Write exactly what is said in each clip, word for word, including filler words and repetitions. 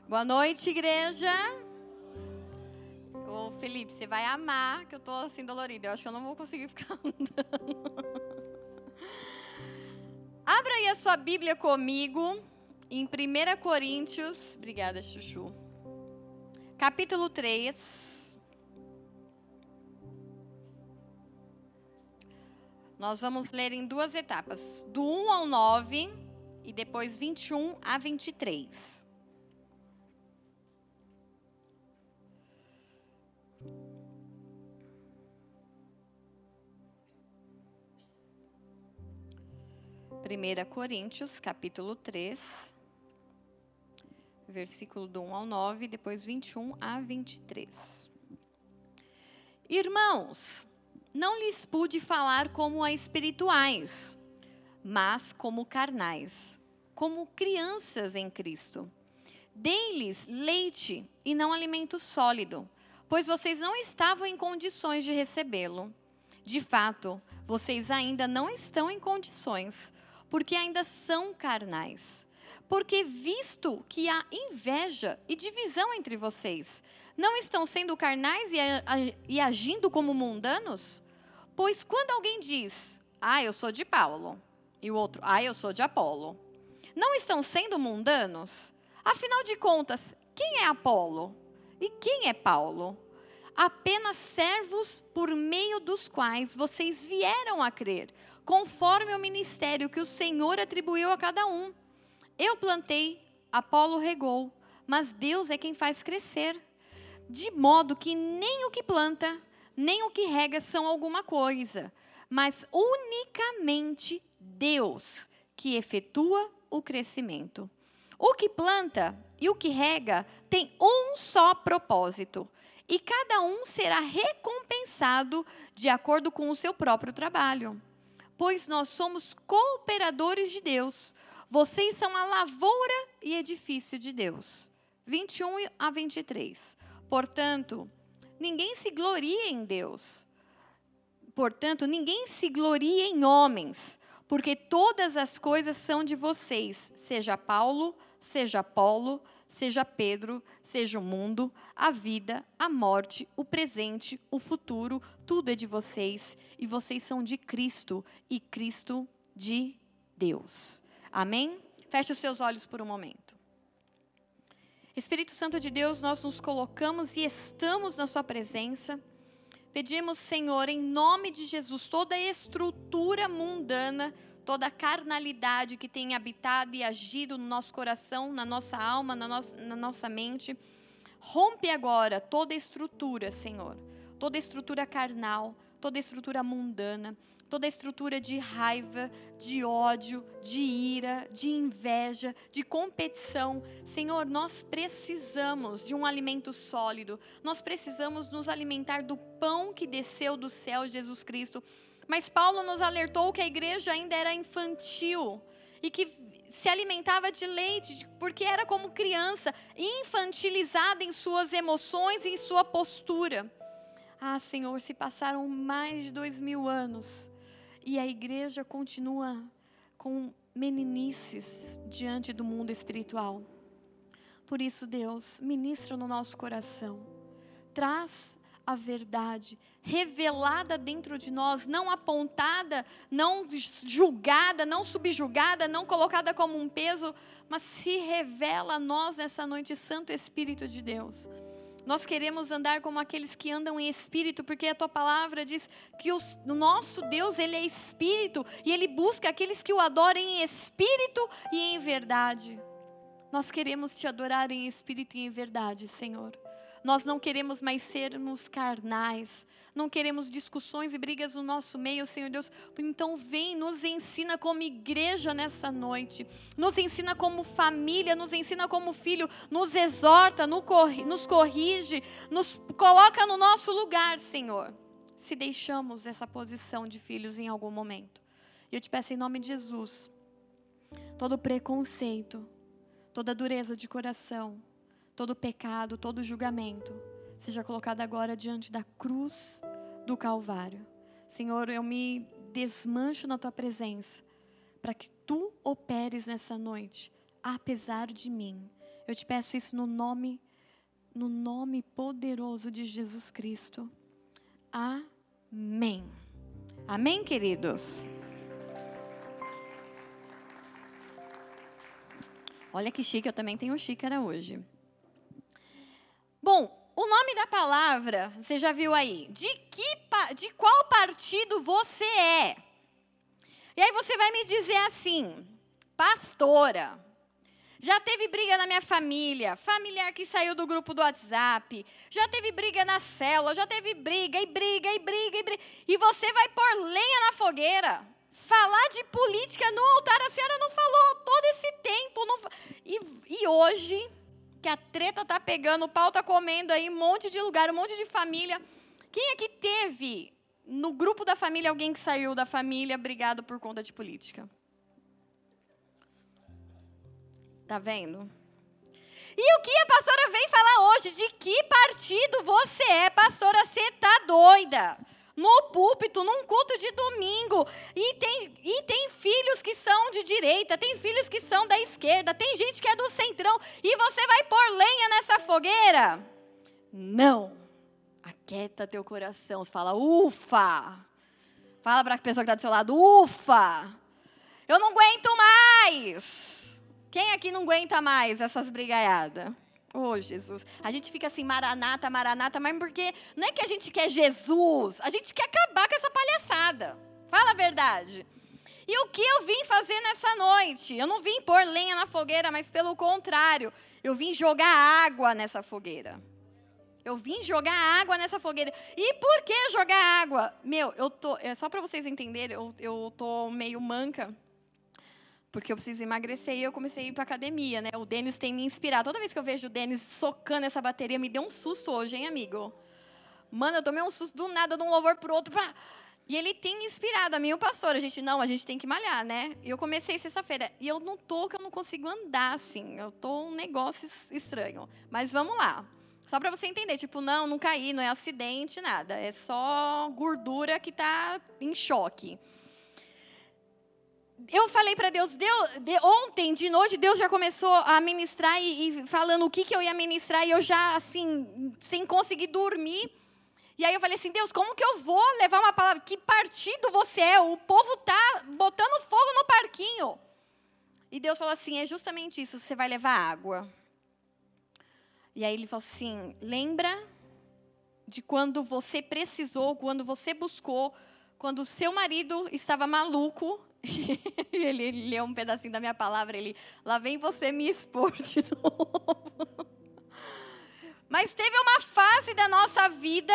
Boa noite, igreja. Ô, Felipe, você vai amar que eu tô assim dolorida. Eu acho que eu não vou conseguir ficar andando. Abra aí a sua Bíblia comigo em primeira Coríntios. Obrigada, Chuchu. Capítulo três. Nós vamos ler em duas etapas, do um ao nove e depois vinte e um a vinte e três. primeira Coríntios, capítulo três, versículo do um ao nove, depois vinte e um a vinte e três. Irmãos, não lhes pude falar como a espirituais, mas como carnais, como crianças em Cristo. Dei-lhes leite e não alimento sólido, pois vocês não estavam em condições de recebê-lo. De fato, vocês ainda não estão em condições, porque ainda são carnais. Porque visto que há inveja e divisão entre vocês, não estão sendo carnais e, a, a, e agindo como mundanos? Pois quando alguém diz, ah, eu sou de Paulo, e o outro, ah, eu sou de Apolo, não estão sendo mundanos? Afinal de contas, quem é Apolo? E quem é Paulo? Apenas servos por meio dos quais vocês vieram a crer, conforme o ministério que o Senhor atribuiu a cada um. Eu plantei, Apolo regou, mas Deus é quem faz crescer. De modo que nem o que planta, nem o que rega são alguma coisa, mas unicamente Deus que efetua o crescimento. O que planta e o que rega tem um só propósito, e cada um será recompensado de acordo com o seu próprio trabalho. Pois nós somos cooperadores de Deus. Vocês são a lavoura e edifício de Deus. vinte e um a vinte e três. Portanto, ninguém se glorie em Deus. Portanto, ninguém se glorie em homens, porque todas as coisas são de vocês, seja Paulo, seja Apolo, seja Pedro, seja o mundo, a vida, a morte, o presente, o futuro, tudo é de vocês, e vocês são de Cristo, e Cristo de Deus. Amém? Feche os seus olhos por um momento. Espírito Santo de Deus, nós nos colocamos e estamos na sua presença. Pedimos, Senhor, em nome de Jesus, toda a estrutura mundana, toda a carnalidade que tem habitado e agido no nosso coração, na nossa alma, na nossa, na nossa mente. Rompe agora toda a estrutura, Senhor. Toda a estrutura carnal, toda a estrutura mundana, toda a estrutura de raiva, de ódio, de ira, de inveja, de competição. Senhor, nós precisamos de um alimento sólido. Nós precisamos nos alimentar do pão que desceu do céu, Jesus Cristo. Mas Paulo nos alertou que a igreja ainda era infantil e que se alimentava de leite, porque era como criança, infantilizada em suas emoções e em sua postura. Ah, Senhor, se passaram mais de dois mil anos e a igreja continua com meninices diante do mundo espiritual. Por isso, Deus, ministra no nosso coração, traz a verdade revelada dentro de nós, não apontada, não julgada, não subjugada, não colocada como um peso, mas se revela a nós nessa noite, Santo Espírito de Deus. Nós queremos andar como aqueles que andam em espírito, porque a tua palavra diz que o nosso Deus, ele é espírito, e ele busca aqueles que o adorem em espírito e em verdade. Nós queremos te adorar em espírito e em verdade, Senhor. Nós não queremos mais sermos carnais, não queremos discussões e brigas no nosso meio, Senhor Deus. Então vem, nos ensina como igreja nessa noite, nos ensina como família, nos ensina como filho, nos exorta, nos corrige, nos coloca no nosso lugar, Senhor. Se deixamos essa posição de filhos em algum momento. Eu te peço em nome de Jesus, todo preconceito, toda dureza de coração, todo pecado, todo julgamento, seja colocado agora diante da cruz do Calvário. Senhor, eu me desmancho na tua presença, para que tu operes nessa noite, apesar de mim. Eu te peço isso no nome, no nome poderoso de Jesus Cristo. Amém. Amém, queridos? Olha que chique, eu também tenho xícara hoje. Bom, o nome da palavra, você já viu aí? De, que, de qual partido você é? E aí você vai me dizer assim, pastora, já teve briga na minha família, familiar que saiu do grupo do WhatsApp, já teve briga na célula, já teve briga e briga e briga e briga. E você vai pôr lenha na fogueira? Falar de política no altar, a senhora não falou todo esse tempo. Não... E, e hoje, que a treta está pegando, o pau está comendo aí, um monte de lugar, um monte de família. Quem é que teve no grupo da família alguém que saiu da família brigado por conta de política? Tá vendo? E o que a pastora veio falar hoje? De que partido você é, pastora? Você tá doida? No púlpito, num culto de domingo, e tem, e tem filhos que são de direita, tem filhos que são da esquerda, tem gente que é do centrão, e você vai pôr lenha nessa fogueira? Não. Aquieta teu coração, você fala, ufa. Fala para a pessoa que está do seu lado, ufa. Eu não aguento mais. Quem aqui não aguenta mais essas brigaiadas? Oh, Jesus. A gente fica assim, maranata, maranata, mas porque não é que a gente quer Jesus, a gente quer acabar com essa palhaçada. Fala a verdade. E o que eu vim fazer nessa noite? Eu não vim pôr lenha na fogueira, mas pelo contrário, eu vim jogar água nessa fogueira. Eu vim jogar água nessa fogueira. E por que jogar água? Meu, eu tô, é só para vocês entenderem, eu, eu tô meio manca. Porque eu preciso emagrecer e eu comecei a ir para academia, né? O Denis tem me inspirado. Toda vez que eu vejo o Denis socando essa bateria, me deu um susto hoje, hein, amigo? Mano, eu tomei um susto do nada, de um louvor pro outro. Pra... E ele tem me inspirado, a mim e o pastor. A gente, não, a gente tem que malhar, né? E eu comecei sexta-feira. E eu não tô, que eu não consigo andar, assim. Eu tô um negócio estranho. Mas vamos lá. Só para você entender, tipo, não, não caí, não é acidente, nada. É só gordura que tá em choque. Eu falei para Deus, Deus de, ontem de noite, Deus já começou a ministrar e, e falando o que, que eu ia ministrar, e eu já, assim, sem conseguir dormir. E aí eu falei assim, Deus, como que eu vou levar uma palavra? Que partido você é? O povo tá botando fogo no parquinho. E Deus falou assim, é justamente isso, você vai levar água. E aí ele falou assim, lembra de quando você precisou, quando você buscou, quando o seu marido estava maluco. ele, ele leu um pedacinho da minha palavra, ele, lá vem você me expor de novo. Mas teve uma fase da nossa vida,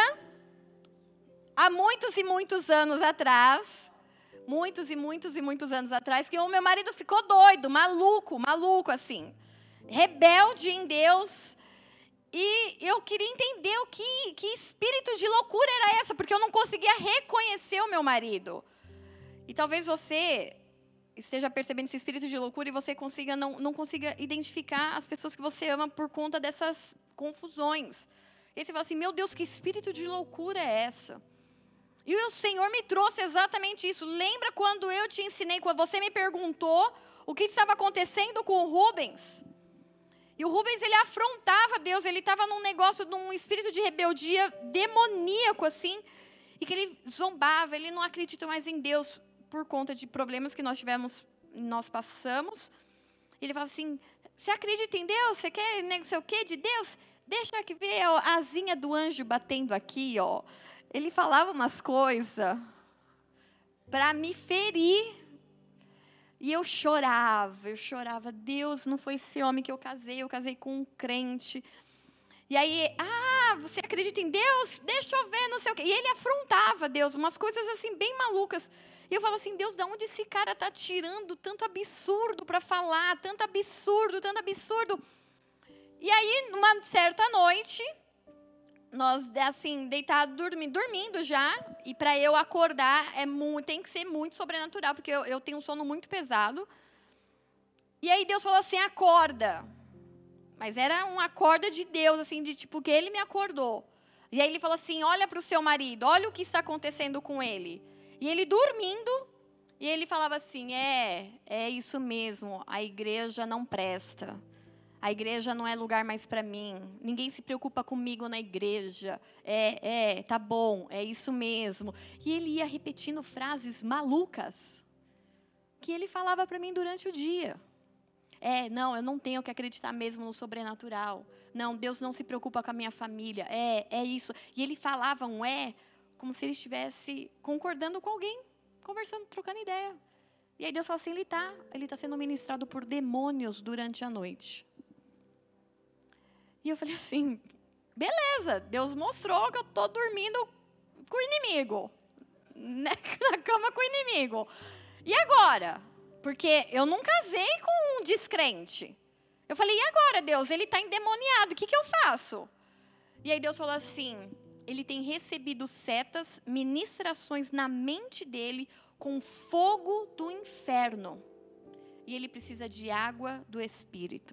há muitos e muitos anos atrás, muitos e muitos e muitos anos atrás, que o meu marido ficou doido, maluco, maluco assim, rebelde em Deus. E eu queria entender o que, que espírito de loucura era essa, porque eu não conseguia reconhecer o meu marido. E talvez você esteja percebendo esse espírito de loucura e você consiga, não, não consiga identificar as pessoas que você ama por conta dessas confusões. E aí você fala assim, meu Deus, que espírito de loucura é essa? E o Senhor me trouxe exatamente isso. Lembra quando eu te ensinei, quando você me perguntou o que estava acontecendo com o Rubens? E o Rubens, ele afrontava Deus, ele estava num negócio, num espírito de rebeldia demoníaco, assim, e que ele zombava, ele não acredita mais em Deus, por conta de problemas que nós tivemos, nós passamos. Ele fala assim, você acredita em Deus? Você quer não sei o quê de Deus? Deixa aqui ver a asinha do anjo batendo aqui, ó. Ele falava umas coisas para me ferir. E eu chorava, eu chorava. Deus, não foi esse homem que eu casei, eu casei com um crente. E aí, ah, você acredita em Deus? Deixa eu ver, não sei o quê. E ele afrontava Deus, umas coisas assim bem malucas. E eu falava assim, Deus, de onde esse cara está tirando tanto absurdo para falar? Tanto absurdo, tanto absurdo. E aí, numa certa noite, nós, assim, deitados, dormindo, dormindo já. E para eu acordar, é muito, tem que ser muito sobrenatural, porque eu, eu tenho um sono muito pesado. E aí Deus falou assim, acorda. Mas era uma acorda de Deus, assim, de tipo, que ele me acordou. E aí ele falou assim, olha para o seu marido, olha o que está acontecendo com ele. E ele dormindo, e ele falava assim, é, é isso mesmo, a igreja não presta. A igreja não é lugar mais para mim. Ninguém se preocupa comigo na igreja. É, é, tá bom, é isso mesmo. E ele ia repetindo frases malucas que ele falava para mim durante o dia. É, não, eu não tenho que acreditar mesmo no sobrenatural. Não, Deus não se preocupa com a minha família. É, é isso. E ele falava um é como se ele estivesse concordando com alguém, conversando, trocando ideia. E aí Deus fala assim, ele está ele tá sendo ministrado por demônios durante a noite. E eu falei assim, beleza, Deus mostrou que eu estou dormindo com o inimigo. Né? Na cama com o inimigo. E agora? Porque eu não casei com um descrente. Eu falei, e agora, Deus? Ele está endemoniado, o que, que eu faço? E aí Deus falou assim, ele tem recebido setas, ministrações na mente dele com fogo do inferno. E ele precisa de água do Espírito.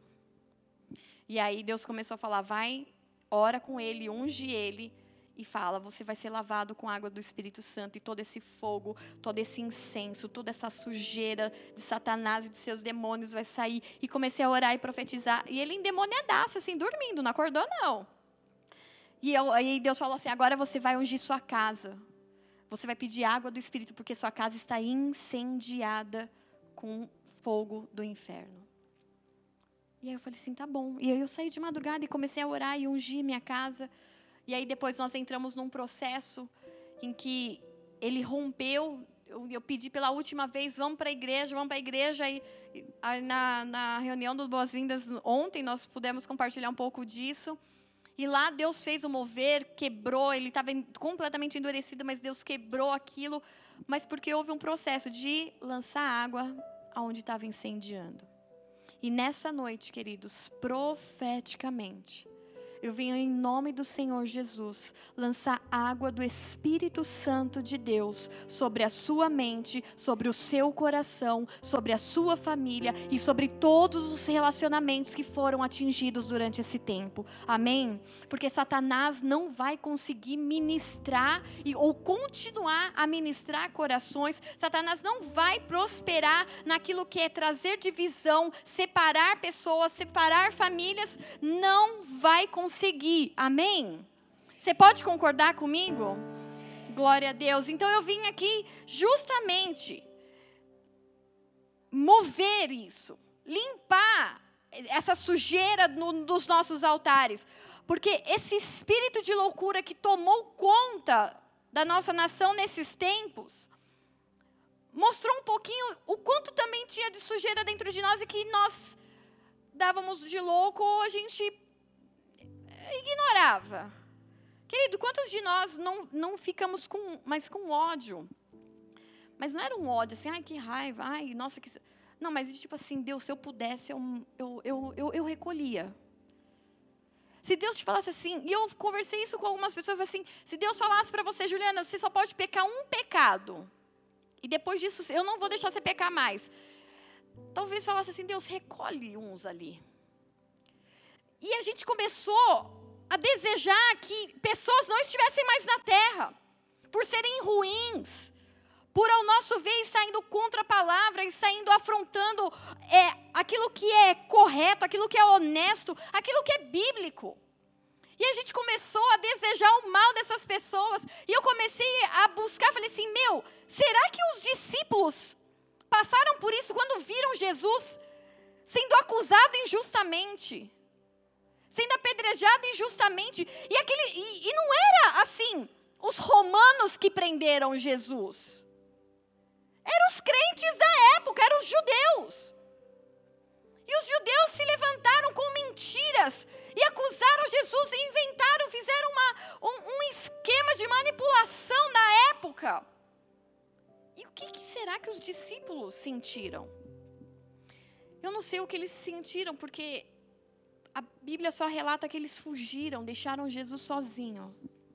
E aí Deus começou a falar, vai, ora com ele, unge ele. E fala, você vai ser lavado com água do Espírito Santo. E todo esse fogo, todo esse incenso, toda essa sujeira de Satanás e de seus demônios vai sair. E comecei a orar e profetizar. E ele endemoniadaço, assim, dormindo, não acordou não. E eu, aí Deus falou assim, agora você vai ungir sua casa. Você vai pedir água do Espírito, porque sua casa está incendiada com fogo do inferno. E aí eu falei assim, tá bom. E aí eu saí de madrugada e comecei a orar e ungir minha casa. E aí depois nós entramos num processo em que ele rompeu. Eu, eu pedi pela última vez, vamos para a igreja, vamos para a igreja. E, e na, na reunião do Boas-Vindas ontem nós pudemos compartilhar um pouco disso. E lá Deus fez o mover, quebrou, ele estava completamente endurecido, mas Deus quebrou aquilo. Mas porque houve um processo de lançar água aonde estava incendiando. E nessa noite, queridos, profeticamente, eu venho em nome do Senhor Jesus lançar água do Espírito Santo de Deus sobre a sua mente, sobre o seu coração, sobre a sua família e sobre todos os relacionamentos que foram atingidos durante esse tempo. Amém? Porque Satanás não vai conseguir ministrar e, ou continuar a ministrar corações. Satanás não vai prosperar naquilo que é trazer divisão, separar pessoas, separar famílias. Não vai conseguir. Conseguir, amém? Você pode concordar comigo? Glória a Deus. Então eu vim aqui justamente mover isso, limpar essa sujeira no, dos nossos altares, porque esse espírito de loucura que tomou conta da nossa nação nesses tempos, mostrou um pouquinho o quanto também tinha de sujeira dentro de nós e que nós dávamos de louco ou a gente ignorava. Querido, quantos de nós não, não ficamos com, mas com ódio? Mas não era um ódio assim, ai que raiva, ai, nossa, que... Não, mas tipo assim, Deus, se eu pudesse, eu, eu, eu, eu, eu recolhia. Se Deus te falasse assim, e eu conversei isso com algumas pessoas, assim, se Deus falasse para você, Juliana, você só pode pecar um pecado, e depois disso, eu não vou deixar você pecar mais. Talvez falasse assim, Deus, recolhe uns ali. E a gente começou a desejar que pessoas não estivessem mais na terra, por serem ruins, por ao nosso ver estar indo contra a palavra, estar indo afrontando é, aquilo que é correto, aquilo que é honesto, aquilo que é bíblico. E a gente começou a desejar o mal dessas pessoas, e eu comecei a buscar, falei assim, meu, será que os discípulos passaram por isso quando viram Jesus sendo acusado injustamente? Sendo apedrejado injustamente. E, aquele, e, e não era assim, os romanos que prenderam Jesus. Eram os crentes da época, eram os judeus. E os judeus se levantaram com mentiras e acusaram Jesus e inventaram, fizeram uma, um, um esquema de manipulação na época. E o que, que será que os discípulos sentiram? Eu não sei o que eles sentiram, porque a Bíblia só relata que eles fugiram, deixaram Jesus sozinho.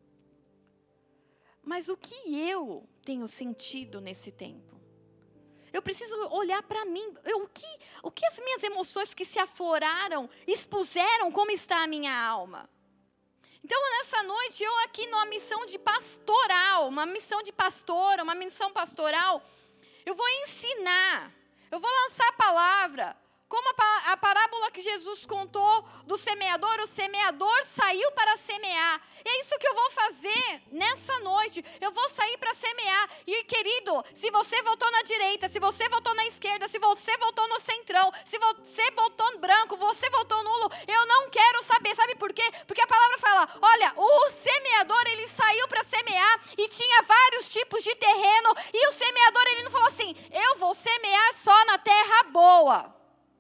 Mas o que eu tenho sentido nesse tempo? Eu preciso olhar para mim. Eu, o, que, o que as minhas emoções que se afloraram, expuseram como está a minha alma? Então, nessa noite, eu aqui numa missão de pastoral, uma missão de pastora, uma missão pastoral, eu vou ensinar, eu vou lançar a palavra, Como a, pa- a parábola que Jesus contou do semeador, o semeador saiu para semear. E é isso que eu vou fazer nessa noite. Eu vou sair para semear. E querido, se você votou na direita, se você votou na esquerda, se você votou no centrão, se você votou no branco, você votou nulo, eu não quero saber. Sabe por quê? Porque a palavra fala, olha, o semeador, ele saiu para semear e tinha vários tipos de terreno. E o semeador, ele não falou assim, eu vou semear só na terra boa.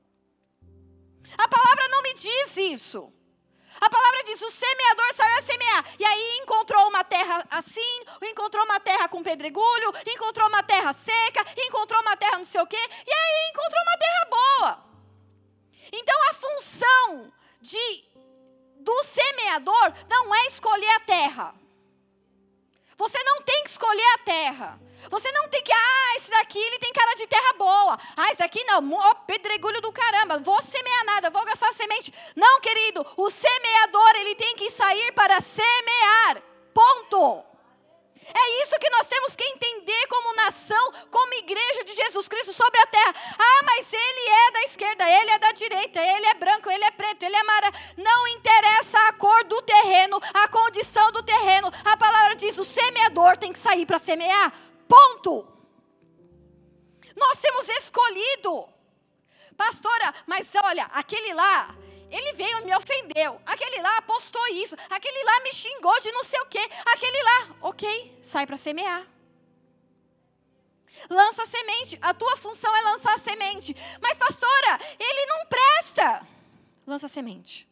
A palavra não me diz isso. A palavra diz, o semeador saiu a semear. E aí encontrou uma terra assim, encontrou uma terra com pedregulho, encontrou uma terra seca, encontrou uma terra não sei o quê. E aí encontrou uma terra boa. Então a função de, do semeador não é escolher a terra. Você não tem que escolher a terra. Você não tem que, ah, esse daqui ele tem cara de terra boa. Ah, esse aqui não, ó, pedregulho do caramba, vou semear nada, vou gastar semente. Não, querido, o semeador ele tem que sair para semear, ponto. É isso que nós temos que entender como nação, como igreja de Jesus Cristo sobre a terra. Ah, mas ele é da esquerda, ele é da direita, ele é branco, ele é preto, ele é amarelo. Não interessa a cor do terreno, a condição do terreno. A palavra diz, o semeador tem que sair para semear, ponto. Nós temos escolhido. Pastora, mas olha, aquele lá, ele veio e me ofendeu. Aquele lá postou isso. Aquele lá me xingou de não sei o quê. Aquele lá, ok, sai para semear. Lança a semente. A tua função é lançar a semente. Mas pastora, ele não presta. Lança a semente.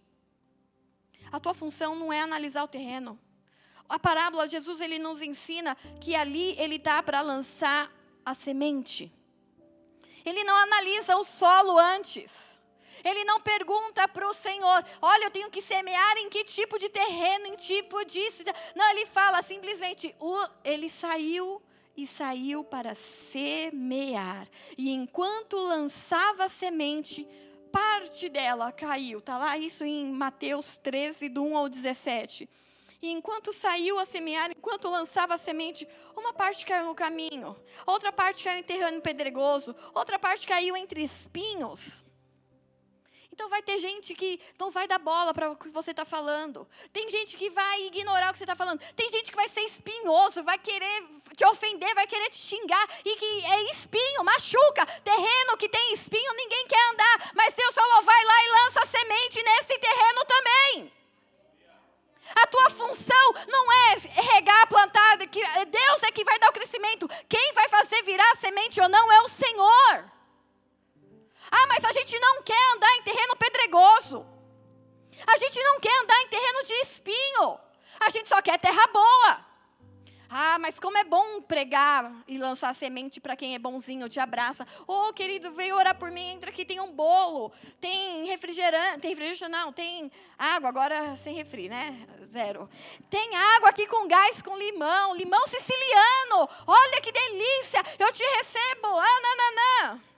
A tua função não é analisar o terreno. A parábola, Jesus ele nos ensina que ali ele está para lançar a semente. Ele não analisa o solo antes. Ele não pergunta para o Senhor, olha, eu tenho que semear em que tipo de terreno, em tipo disso. Não, ele fala simplesmente, o, ele saiu e saiu para semear. E enquanto lançava a semente, parte dela caiu. Está lá isso em Mateus treze, do um ao dezessete. E enquanto saiu a semear, enquanto lançava a semente, uma parte caiu no caminho, outra parte caiu em terreno pedregoso, outra parte caiu entre espinhos. Então vai ter gente que não vai dar bola para o que você está falando. Tem gente que vai ignorar o que você está falando. Tem gente que vai ser espinhoso, vai querer te ofender, vai querer te xingar. E que é espinho, machuca. Terreno que tem espinho, ninguém quer andar. Mas Deus só vai lá e lança a semente nesse terreno também. A tua função não é regar, plantar. Deus é que vai dar o crescimento. Quem vai fazer virar a semente ou não é o Senhor. Ah, mas a gente não quer andar em terreno pedregoso. A gente não quer andar em terreno de espinho. A gente só quer terra boa. Ah, mas como é bom pregar e lançar semente para quem é bonzinho, te abraça. Ô, oh, querido, veio orar por mim, entra aqui, tem um bolo, tem refrigerante, tem refrigerante não, tem água, agora sem refri, né? Zero. Tem água aqui com gás, com limão, limão siciliano. Olha que delícia, eu te recebo. Ah, não, não, não.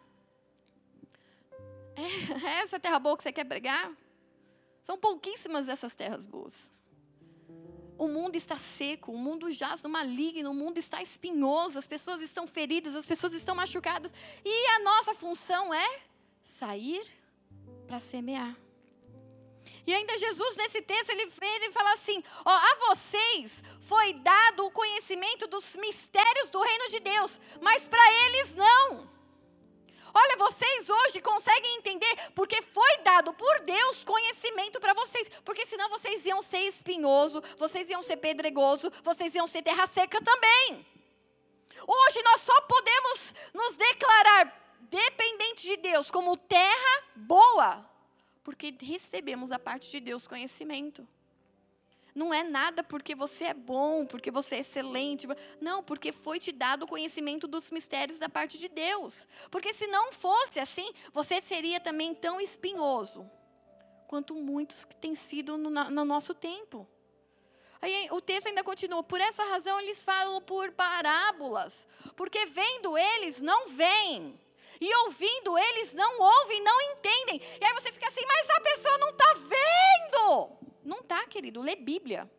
É essa terra boa que você quer pregar? São pouquíssimas essas terras boas. O mundo está seco, o mundo jaz no maligno, o mundo está espinhoso, as pessoas estão feridas, as pessoas estão machucadas. E a nossa função é sair para semear. E ainda Jesus, nesse texto, ele, ele fala assim, ó, a vocês foi dado o conhecimento dos mistérios do reino de Deus, mas para eles não. Olha, vocês hoje conseguem entender porque foi dado por Deus conhecimento para vocês. Porque senão vocês iam ser espinhoso, vocês iam ser pedregoso, vocês iam ser terra seca também. Hoje nós só podemos nos declarar dependentes de Deus como terra boa, porque recebemos da parte de Deus conhecimento. Não é nada porque você é bom, porque você é excelente. Não, porque foi te dado o conhecimento dos mistérios da parte de Deus. Porque se não fosse assim, você seria também tão espinhoso quanto muitos que têm sido no, no nosso tempo. Aí o texto ainda continua. Por essa razão eles falam por parábolas. Porque vendo eles não veem. E ouvindo eles não ouvem, não entendem. E aí você fica assim, mas a pessoa não está vendo. Não está, querido, lê Bíblia.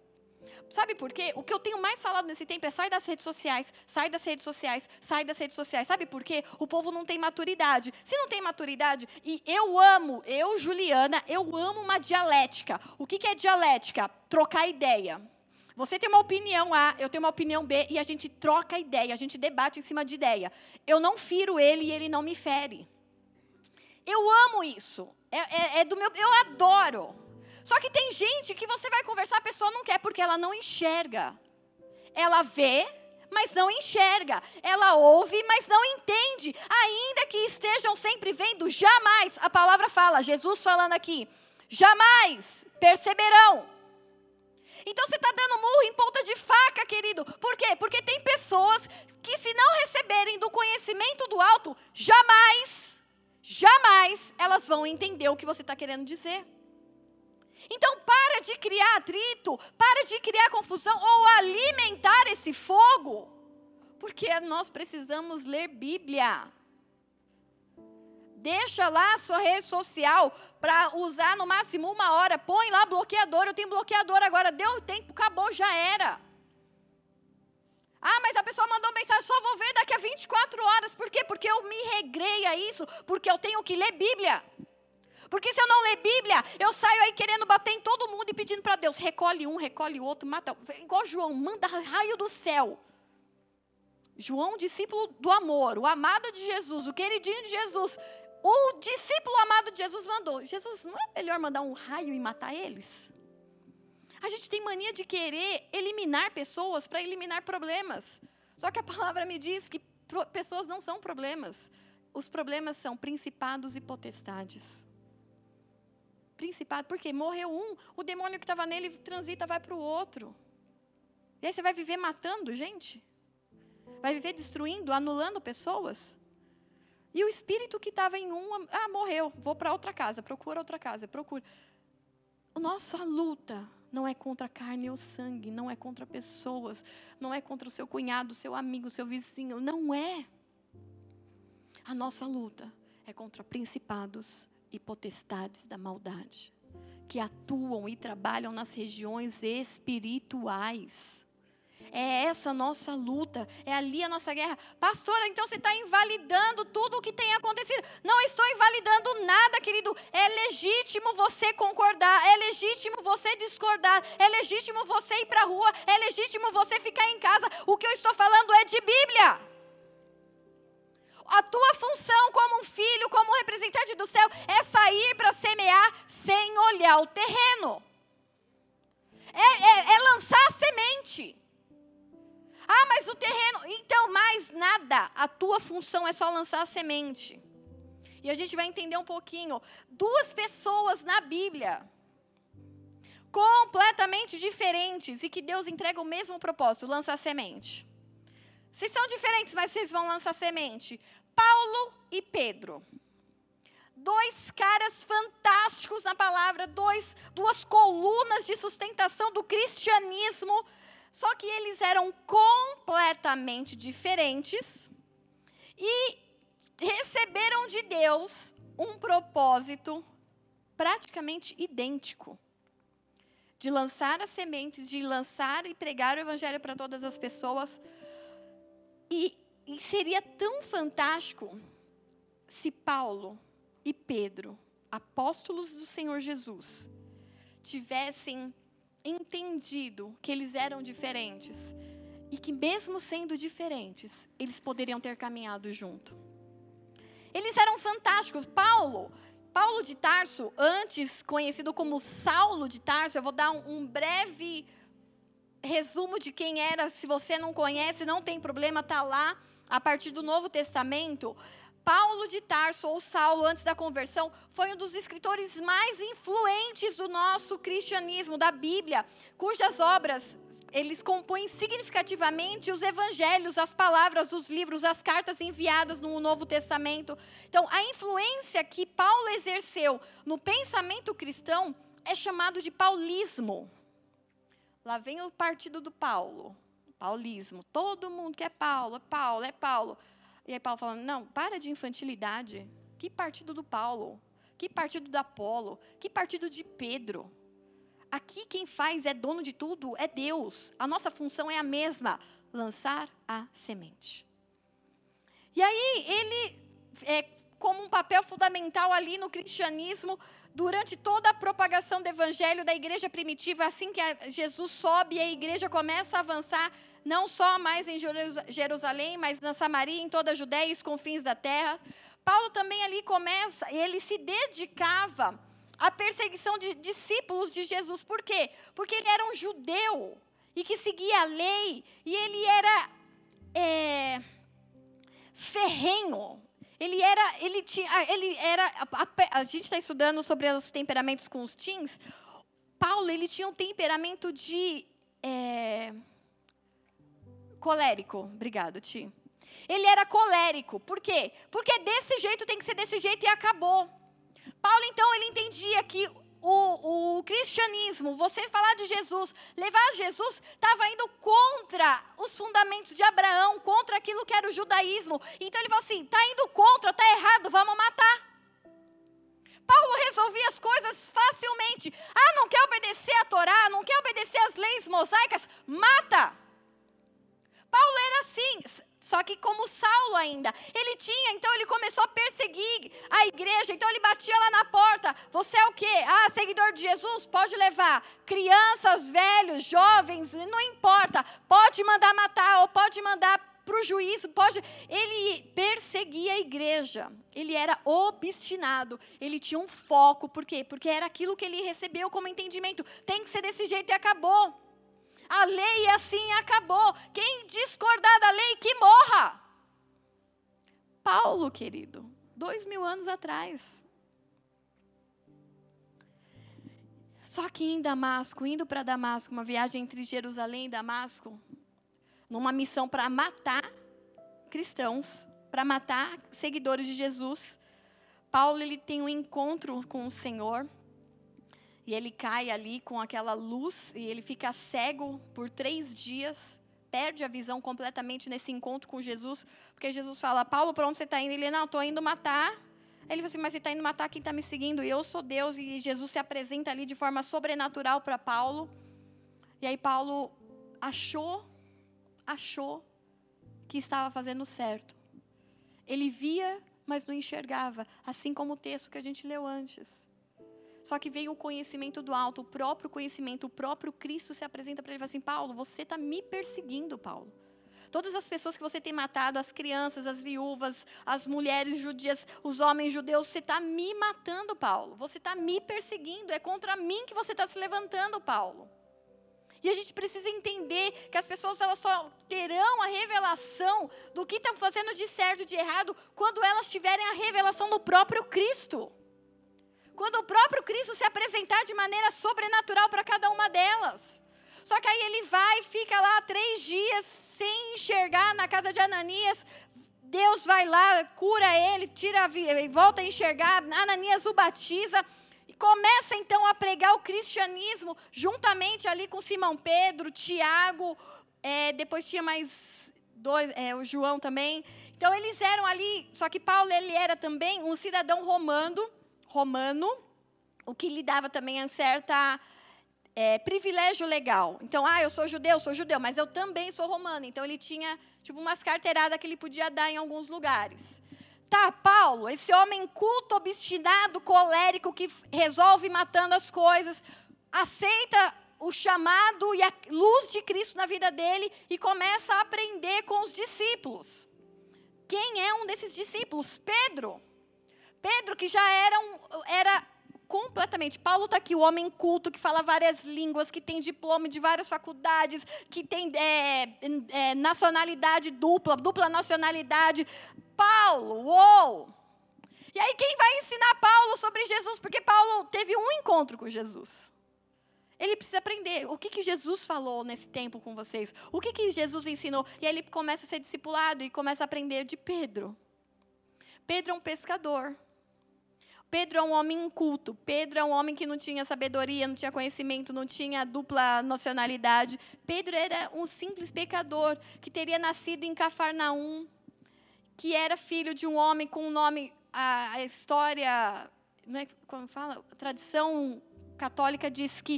Sabe por quê? O que eu tenho mais falado nesse tempo é sai das redes sociais, sai das redes sociais, sai das redes sociais. Sabe por quê? O povo não tem maturidade. Se não tem maturidade, e eu amo, eu, Juliana, eu amo uma dialética. O que, que é dialética? Trocar ideia. Você tem uma opinião A, eu tenho uma opinião B, e a gente troca ideia, a gente debate em cima de ideia. Eu não firo ele e ele não me fere. Eu amo isso. É, é, é do meu, eu adoro. Só que tem gente que você vai conversar, a pessoa não quer porque ela não enxerga. Ela vê, mas não enxerga. Ela ouve, mas não entende. Ainda que estejam sempre vendo, jamais, a palavra fala, Jesus falando aqui, jamais perceberão. Então você está dando murro em ponta de faca, querido. Por quê? Porque tem pessoas que se não receberem do conhecimento do alto, jamais, jamais elas vão entender o que você está querendo dizer. Então, para de criar atrito, para de criar confusão ou alimentar esse fogo, porque nós precisamos ler Bíblia. Deixa lá a sua rede social para usar no máximo uma hora, põe lá bloqueador, eu tenho bloqueador agora, deu tempo, acabou, já era. Ah, mas a pessoa mandou mensagem, só vou ver daqui a vinte e quatro horas, por quê? Porque eu me regrei a isso, porque eu tenho que ler Bíblia. Porque se eu não ler Bíblia, eu saio aí querendo bater em todo mundo e pedindo para Deus, recolhe um, recolhe outro, mata, igual João, manda raio do céu. João, discípulo do amor, o amado de Jesus, o queridinho de Jesus, o discípulo amado de Jesus mandou. Jesus, não é melhor mandar um raio e matar eles? A gente tem mania de querer eliminar pessoas para eliminar problemas. Só que a palavra me diz que pessoas não são problemas. Os problemas são principados e potestades. Principado, porque morreu um, o demônio que estava nele transita, vai para o outro. E aí você vai viver matando gente? Vai viver destruindo, anulando pessoas? E o espírito que estava em um, ah, morreu, vou para outra casa, procura outra casa, procura. A nossa luta não é contra a carne ou sangue, não é contra pessoas, não é contra o seu cunhado, o seu amigo, o seu vizinho, não é. A nossa luta é contra principados e potestades da maldade, que atuam e trabalham nas regiões espirituais. É essa a nossa luta, é ali a nossa guerra. Pastora, então você está invalidando tudo o que tem acontecido. Não estou invalidando nada, querido. É legítimo você concordar, é legítimo você discordar, é legítimo você ir para a rua, é legítimo você ficar em casa. O que eu estou falando é de Bíblia. A tua função como um filho, como um representante do céu, é sair para semear sem olhar o terreno. É, é, é lançar a semente. Ah, mas o terreno... Então, mais nada. A tua função é só lançar a semente. E a gente vai entender um pouquinho. Duas pessoas na Bíblia, completamente diferentes, e que Deus entrega o mesmo propósito, lançar a semente. Vocês são diferentes, mas vocês vão lançar semente. Paulo e Pedro. Dois caras fantásticos na palavra, dois, duas colunas de sustentação do cristianismo. Só que eles eram completamente diferentes e receberam de Deus um propósito praticamente idêntico. De lançar as sementes, de lançar e pregar o evangelho para todas as pessoas. E, e seria tão fantástico se Paulo e Pedro, apóstolos do Senhor Jesus, tivessem entendido que eles eram diferentes e que mesmo sendo diferentes, eles poderiam ter caminhado junto. Eles eram fantásticos. Paulo, Paulo de Tarso, antes conhecido como Saulo de Tarso, eu vou dar um, um breve resumo de quem era. Se você não conhece, não tem problema, está lá a partir do Novo Testamento. Paulo de Tarso, ou Saulo, antes da conversão, foi um dos escritores mais influentes do nosso cristianismo, da Bíblia, cujas obras, eles compõem significativamente os evangelhos, as palavras, os livros, as cartas enviadas no Novo Testamento. Então, a influência que Paulo exerceu no pensamento cristão é chamado de paulismo. Lá vem o partido do Paulo, paulismo. Todo mundo quer Paulo, é Paulo, é Paulo. E aí Paulo falando, não, para de infantilidade. Que partido do Paulo? Que partido do Apolo? Que partido de Pedro? aqui quem faz é dono de tudo, é Deus. A nossa função é a mesma, lançar a semente. E aí ele, é, como um papel fundamental ali no cristianismo, durante toda a propagação do evangelho da igreja primitiva, assim que Jesus sobe e a igreja começa a avançar, não só mais em Jerusalém, mas na Samaria, em toda a Judéia e os confins da terra. Paulo também ali começa, ele se dedicava à perseguição de discípulos de Jesus. Por quê? Porque ele era um judeu e que seguia a lei, e ele era é, ferrenho. Ele era, ele tinha, ele era, a, a gente está estudando sobre os temperamentos com os teens. Paulo, ele tinha um temperamento de é, colérico. Obrigado, Ti. Ele era colérico. Por quê? Porque desse jeito tem que ser desse jeito e acabou. Paulo, então, ele entendia que o, o cristianismo, você falar de Jesus, levar Jesus, estava indo contra os fundamentos de Abraão, contra aquilo que era o judaísmo. Então ele falou assim, está indo contra, está errado, vamos matar. Paulo resolvia as coisas facilmente. Ah, não quer obedecer a Torá, não quer obedecer as leis mosaicas? Mata! Paulo era assim, só que como Saulo ainda. Ele tinha, então ele começou a perseguir a igreja. Então ele batia lá na porta. Você é o quê? Ah, seguidor de Jesus? Pode levar. Crianças, velhos, jovens, não importa. Pode mandar matar ou pode mandar para o juízo. Pode. Ele perseguia a igreja. Ele era obstinado. Ele tinha um foco. Por quê? Porque era aquilo que ele recebeu como entendimento. Tem que ser desse jeito e acabou. A lei assim acabou. Quem discordar da lei, que morra. Paulo, querido, dois mil anos atrás. Só que em Damasco, indo para Damasco, uma viagem entre Jerusalém e Damasco, numa missão para matar cristãos, para matar seguidores de Jesus, Paulo ele tem um encontro com o Senhor. E ele cai ali com aquela luz e ele fica cego por três dias, perde a visão completamente nesse encontro com Jesus, porque Jesus fala, Paulo, para onde você está indo? Ele, não, estou indo matar. Ele fala assim, mas você está indo matar quem está me seguindo? E eu sou Deus, e Jesus se apresenta ali de forma sobrenatural para Paulo. E aí Paulo achou, achou que estava fazendo certo. Ele via, mas não enxergava, assim como o texto que a gente leu antes. Só que veio o conhecimento do alto, o próprio conhecimento, o próprio Cristo se apresenta para ele e fala assim, Paulo, você está me perseguindo, Paulo. Todas as pessoas que você tem matado, as crianças, as viúvas, as mulheres judias, os homens judeus, você está me matando, Paulo. Você está me perseguindo, é contra mim que você está se levantando, Paulo. E a gente precisa entender que as pessoas elas só terão a revelação do que estão fazendo de certo e de errado quando elas tiverem a revelação do próprio Cristo. Quando o próprio Cristo se apresentar de maneira sobrenatural para cada uma delas. Só que aí ele vai e fica lá três dias sem enxergar na casa de Ananias. Deus vai lá, cura ele, tira, volta a enxergar. Ananias o batiza. E começa então a pregar o cristianismo juntamente ali com Simão Pedro, Tiago. É, depois tinha mais dois, é, o João também. Então eles eram ali, só que Paulo ele era também um cidadão romano. romano, o que lhe dava também um certo é, privilégio legal. Então, ah, eu sou judeu, sou judeu, mas eu também sou romano. Então, ele tinha tipo umas carteiradas que ele podia dar em alguns lugares. Tá, Paulo, esse homem culto, obstinado, colérico, que resolve matando as coisas, aceita o chamado e a luz de Cristo na vida dele e começa a aprender com os discípulos. Quem é um desses discípulos? Pedro. Pedro, que já era, um, era completamente... Paulo está aqui, o homem culto, que fala várias línguas, que tem diploma de várias faculdades, que tem é, é, nacionalidade dupla, dupla nacionalidade. Paulo, uou! E aí quem vai ensinar Paulo sobre Jesus? Porque Paulo teve um encontro com Jesus. Ele precisa aprender o que, que Jesus falou nesse tempo com vocês. O que, que Jesus ensinou. E aí ele começa a ser discipulado e começa a aprender de Pedro. Pedro é um pescador. Pedro é um homem inculto. Pedro é um homem que não tinha sabedoria, não tinha conhecimento, não tinha dupla nacionalidade. Pedro era um simples pecador que teria nascido em Cafarnaum, que era filho de um homem com um nome, a, a história, não é, como fala? A tradição católica diz que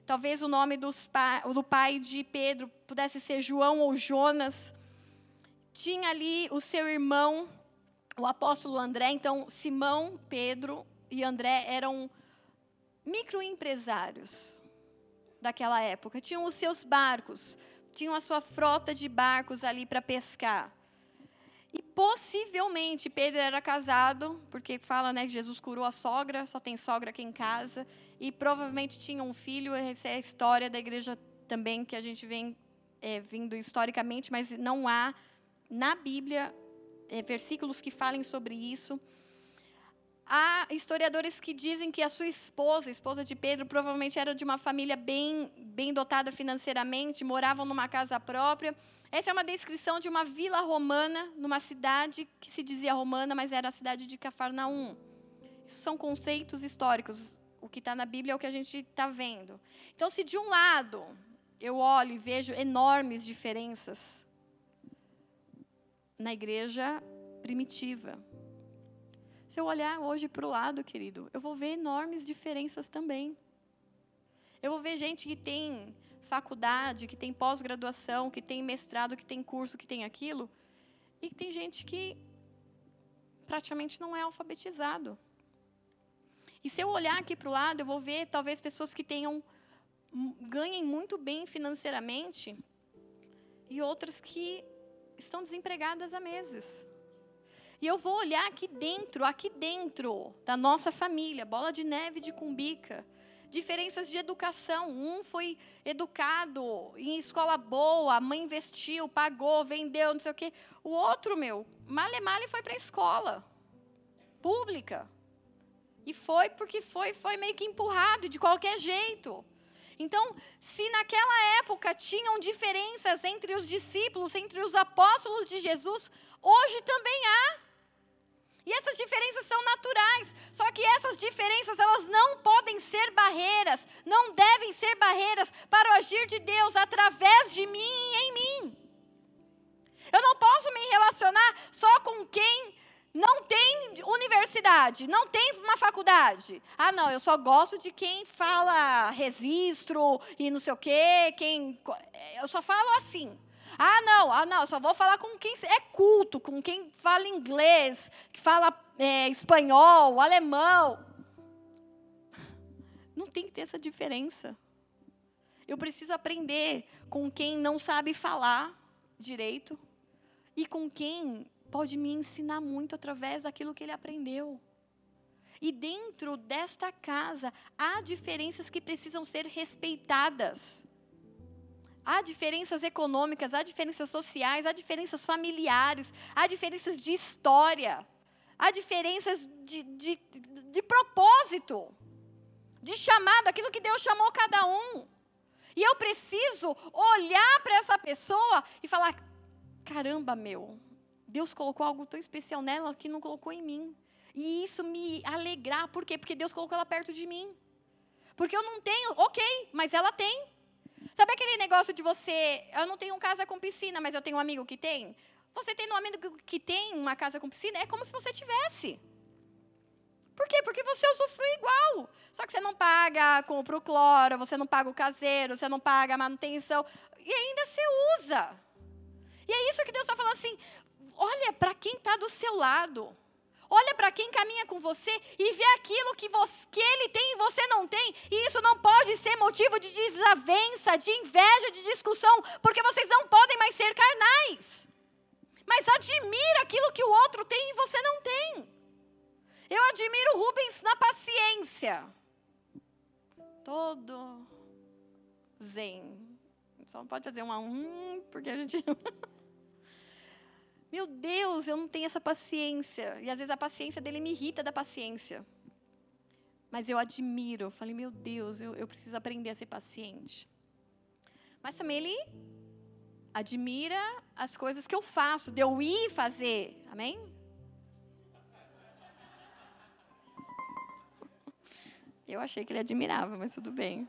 talvez o nome dos pa, do pai de Pedro pudesse ser João ou Jonas. Tinha ali o seu irmão, o apóstolo André. Então, Simão, Pedro e André eram microempresários daquela época. Tinham os seus barcos, tinham a sua frota de barcos ali para pescar. E possivelmente Pedro era casado, porque fala, né, que Jesus curou a sogra, só tem sogra aqui em casa, e provavelmente tinha um filho. Essa é a história da igreja também, que a gente vem é, vindo historicamente, mas não há na Bíblia é, versículos que falem sobre isso. Há historiadores que dizem que a sua esposa, a esposa de Pedro, provavelmente era de uma família bem, bem dotada financeiramente, moravam numa casa própria. Essa é uma descrição de uma vila romana, numa cidade que se dizia romana, mas era a cidade de Cafarnaum. Isso são conceitos históricos. O que está na Bíblia é o que a gente está vendo. Então, se de um lado eu olho e vejo enormes diferenças na igreja primitiva, se eu olhar hoje para o lado, querido, eu vou ver enormes diferenças também. Eu vou ver gente que tem faculdade, que tem pós-graduação, que tem mestrado, que tem curso, que tem aquilo, e tem gente que praticamente não é alfabetizado. E se eu olhar aqui para o lado, eu vou ver talvez pessoas que tenham, ganhem muito bem financeiramente, e outras que estão desempregadas há meses. E eu vou olhar aqui dentro, aqui dentro da nossa família, bola de neve de Cumbica, diferenças de educação. Um foi educado em escola boa, a mãe investiu, pagou, vendeu, não sei o quê. O outro, meu, male male foi para a escola pública. E foi porque foi, foi meio que empurrado, de qualquer jeito. Então, se naquela época tinham diferenças entre os discípulos, entre os apóstolos de Jesus, hoje também há. E essas diferenças são naturais, só que essas diferenças, elas não podem ser barreiras, não devem ser barreiras para o agir de Deus através de mim e em mim. Eu não posso me relacionar só com quem não tem universidade, não tem uma faculdade. Ah, não, eu só gosto de quem fala registro e não sei o quê, quem, eu só falo assim. Ah, não, ah, não, eu só vou falar com quem é culto, com quem fala inglês, que fala é, espanhol, alemão. Não tem que ter essa diferença. Eu preciso aprender com quem não sabe falar direito e com quem pode me ensinar muito através daquilo que ele aprendeu. E dentro desta casa, há diferenças que precisam ser respeitadas. Há diferenças econômicas, há diferenças sociais, há diferenças familiares, há diferenças de história, há diferenças de, de, de propósito, de chamado, aquilo que Deus chamou cada um. E eu preciso olhar para essa pessoa e falar, caramba, meu, Deus colocou algo tão especial nela que não colocou em mim. E isso me alegrar, por quê? Porque Deus colocou ela perto de mim. Porque eu não tenho, ok, mas ela tem. Sabe aquele negócio de você, eu não tenho casa com piscina, mas eu tenho um amigo que tem? Você tem um amigo que tem uma casa com piscina, é como se você tivesse. Por quê? Porque você usufrui igual. Só que você não paga compra o cloro, você não paga o caseiro, você não paga a manutenção, e ainda você usa. E é isso que Deus está falando assim, olha para quem está do seu lado. Olha para quem caminha com você e vê aquilo que, você, que ele tem e você não tem. E isso não pode ser motivo de desavença, de inveja, de discussão, porque vocês não podem mais ser carnais. Mas admira aquilo que o outro tem e você não tem. Eu admiro o Rubens na paciência. Todo zen. Só não pode fazer uma um, porque a gente... Meu Deus, eu não tenho essa paciência. E às vezes a paciência dele me irrita da paciência. Mas eu admiro. Eu falei, meu Deus, eu, eu preciso aprender a ser paciente. Mas também ele admira as coisas que eu faço, de eu ir fazer. Amém? Eu achei que ele admirava, mas tudo bem.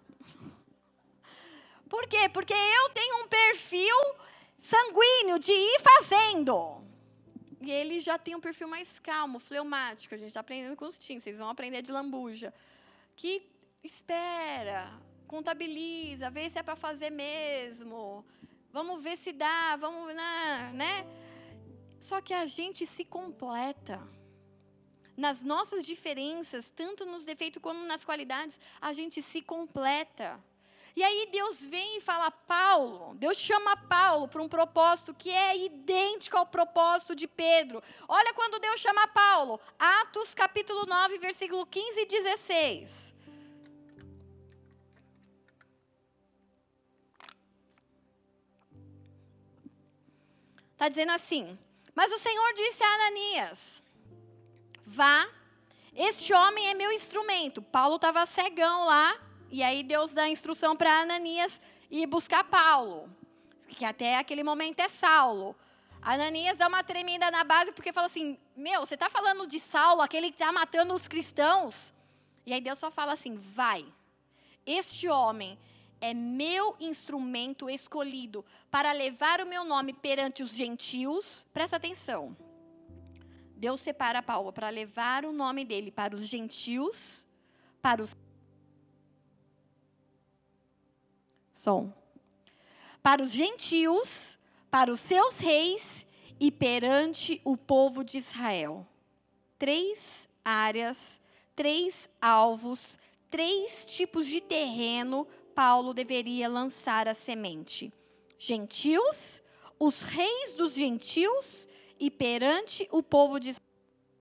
Por quê? Porque eu tenho um perfil sanguíneo de ir fazendo. E ele já tem um perfil mais calmo, fleumático. A gente está aprendendo com os teens, vocês vão aprender de lambuja. Que espera, contabiliza, vê se é para fazer mesmo, vamos ver se dá, vamos, né? Só que a gente se completa. Nas nossas diferenças, tanto nos defeitos como nas qualidades, a gente se completa. E aí Deus vem e fala, Paulo, Deus chama Paulo para um propósito que é idêntico ao propósito de Pedro. Olha quando Deus chama Paulo, Atos capítulo nove, versículo quinze e dezesseis. Está dizendo assim, mas o Senhor disse a Ananias, vá, este homem é meu instrumento. Paulo estava cegão lá, e aí Deus dá a instrução para Ananias ir buscar Paulo, que até aquele momento é Saulo. Ananias dá uma tremenda na base, porque fala assim, meu, você está falando de Saulo, aquele que está matando os cristãos? E aí Deus só fala assim, vai, este homem é meu instrumento escolhido para levar o meu nome perante os gentios. Presta atenção. Deus separa Paulo para levar o nome dele para os gentios, para os som, para os gentios, para os seus reis e perante o povo de Israel. Três áreas, três alvos, três tipos de terreno Paulo deveria lançar a semente. Gentios, os reis dos gentios e perante o povo de Israel.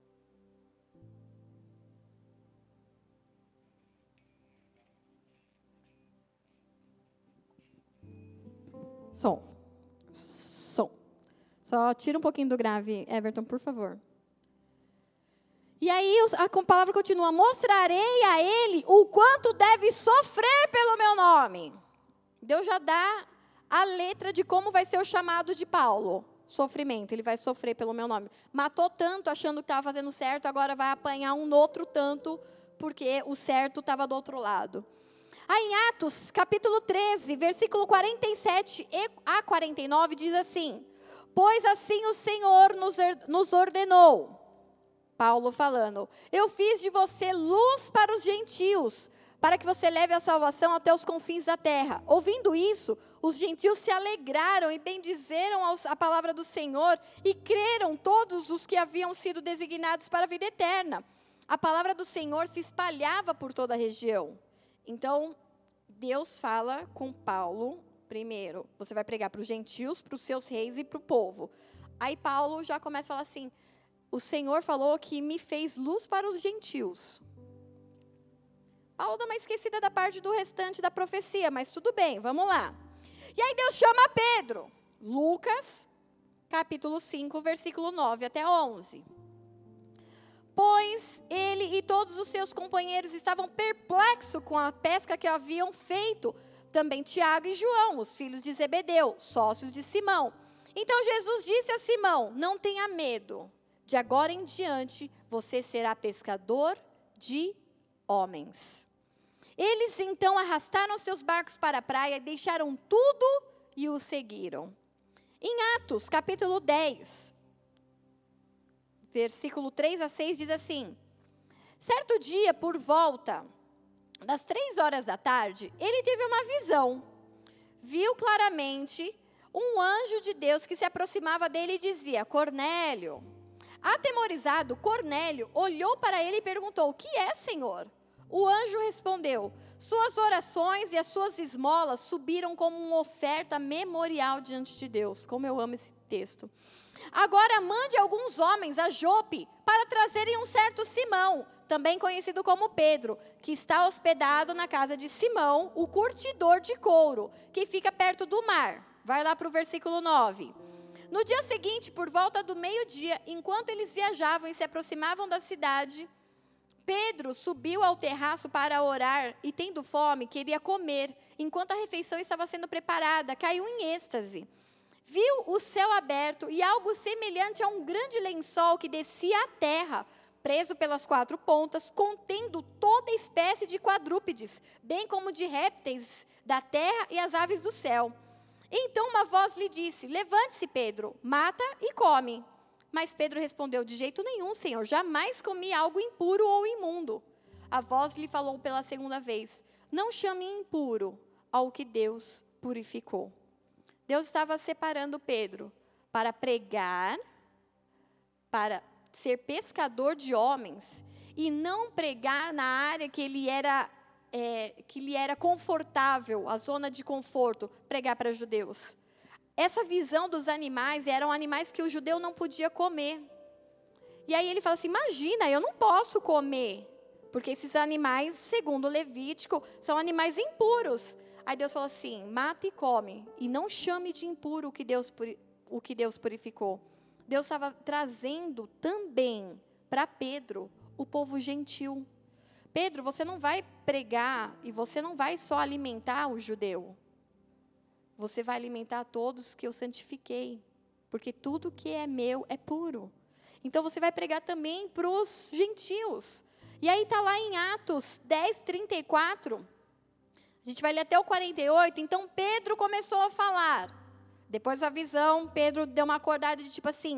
Som. Som. Só tira um pouquinho do grave, Everton, por favor. E aí a palavra continua, mostrarei a ele o quanto deve sofrer pelo meu nome. Deus já dá a letra de como vai ser o chamado de Paulo. Sofrimento, ele vai sofrer pelo meu nome. Matou tanto achando que estava fazendo certo, agora vai apanhar um outro tanto, porque o certo estava do outro lado. Aí em Atos, capítulo treze, versículo quarenta e sete a quarenta e nove, diz assim, pois assim o Senhor nos ordenou, Paulo falando, eu fiz de você luz para os gentios, para que você leve a salvação até os confins da terra. Ouvindo isso, os gentios se alegraram e bendizeram a palavra do Senhor e creram todos os que haviam sido designados para a vida eterna. A palavra do Senhor se espalhava por toda a região. Então, Deus fala com Paulo, primeiro, você vai pregar para os gentios, para os seus reis e para o povo. Aí Paulo já começa a falar assim, o Senhor falou que me fez luz para os gentios. Paulo dá uma esquecida da parte do restante da profecia, mas tudo bem, vamos lá. E aí Deus chama Pedro, Lucas, capítulo cinco, versículo nove até onze. Pois ele e todos os seus companheiros estavam perplexos com a pesca que haviam feito, também Tiago e João, os filhos de Zebedeu, sócios de Simão. Então Jesus disse a Simão, não tenha medo, de agora em diante você será pescador de homens. Eles então arrastaram seus barcos para a praia, deixaram tudo e o seguiram. Em Atos, capítulo dez, versículo três a seis, diz assim, certo dia, por volta das três horas da tarde, ele teve uma visão. Viu claramente um anjo de Deus que se aproximava dele e dizia, Cornélio. Atemorizado, Cornélio olhou para ele e perguntou, o que é, Senhor? O anjo respondeu, suas orações e as suas esmolas subiram como uma oferta memorial diante de Deus. Como eu amo esse texto. Agora mande alguns homens a Jope para trazerem um certo Simão, também conhecido como Pedro, que está hospedado na casa de Simão, o curtidor de couro, que fica perto do mar. Vai lá para o versículo nove. No dia seguinte, por volta do meio-dia, enquanto eles viajavam e se aproximavam da cidade, Pedro subiu ao terraço para orar e, tendo fome, queria comer. Enquanto a refeição estava sendo preparada, caiu em êxtase. Viu o céu aberto e algo semelhante a um grande lençol que descia à terra, preso pelas quatro pontas, contendo toda espécie de quadrúpedes, bem como de répteis da terra e as aves do céu. Então uma voz lhe disse, levante-se, Pedro, mata e come. Mas Pedro respondeu, de jeito nenhum, Senhor, jamais comi algo impuro ou imundo. A voz lhe falou pela segunda vez, não chame impuro ao que Deus purificou. Deus estava separando Pedro para pregar, para ser pescador de homens, e não pregar na área que ele era, é, que lhe era confortável, a zona de conforto, pregar para judeus. Essa visão dos animais, eram animais que o judeu não podia comer. E aí ele fala assim, imagina, eu não posso comer, porque esses animais, segundo o Levítico, são animais impuros. Aí Deus falou assim, mata e come, e não chame de impuro o que Deus, o que Deus purificou. Deus estava trazendo também para Pedro o povo gentil. Pedro, você não vai pregar e você não vai só alimentar o judeu. Você vai alimentar todos que eu santifiquei, porque tudo que é meu é puro. Então você vai pregar também para os gentios. E aí está lá em Atos dez, trinta e quatro. A gente vai ler até o quarenta e oito. Então Pedro começou a falar. Depois da visão, Pedro deu uma acordada de tipo assim,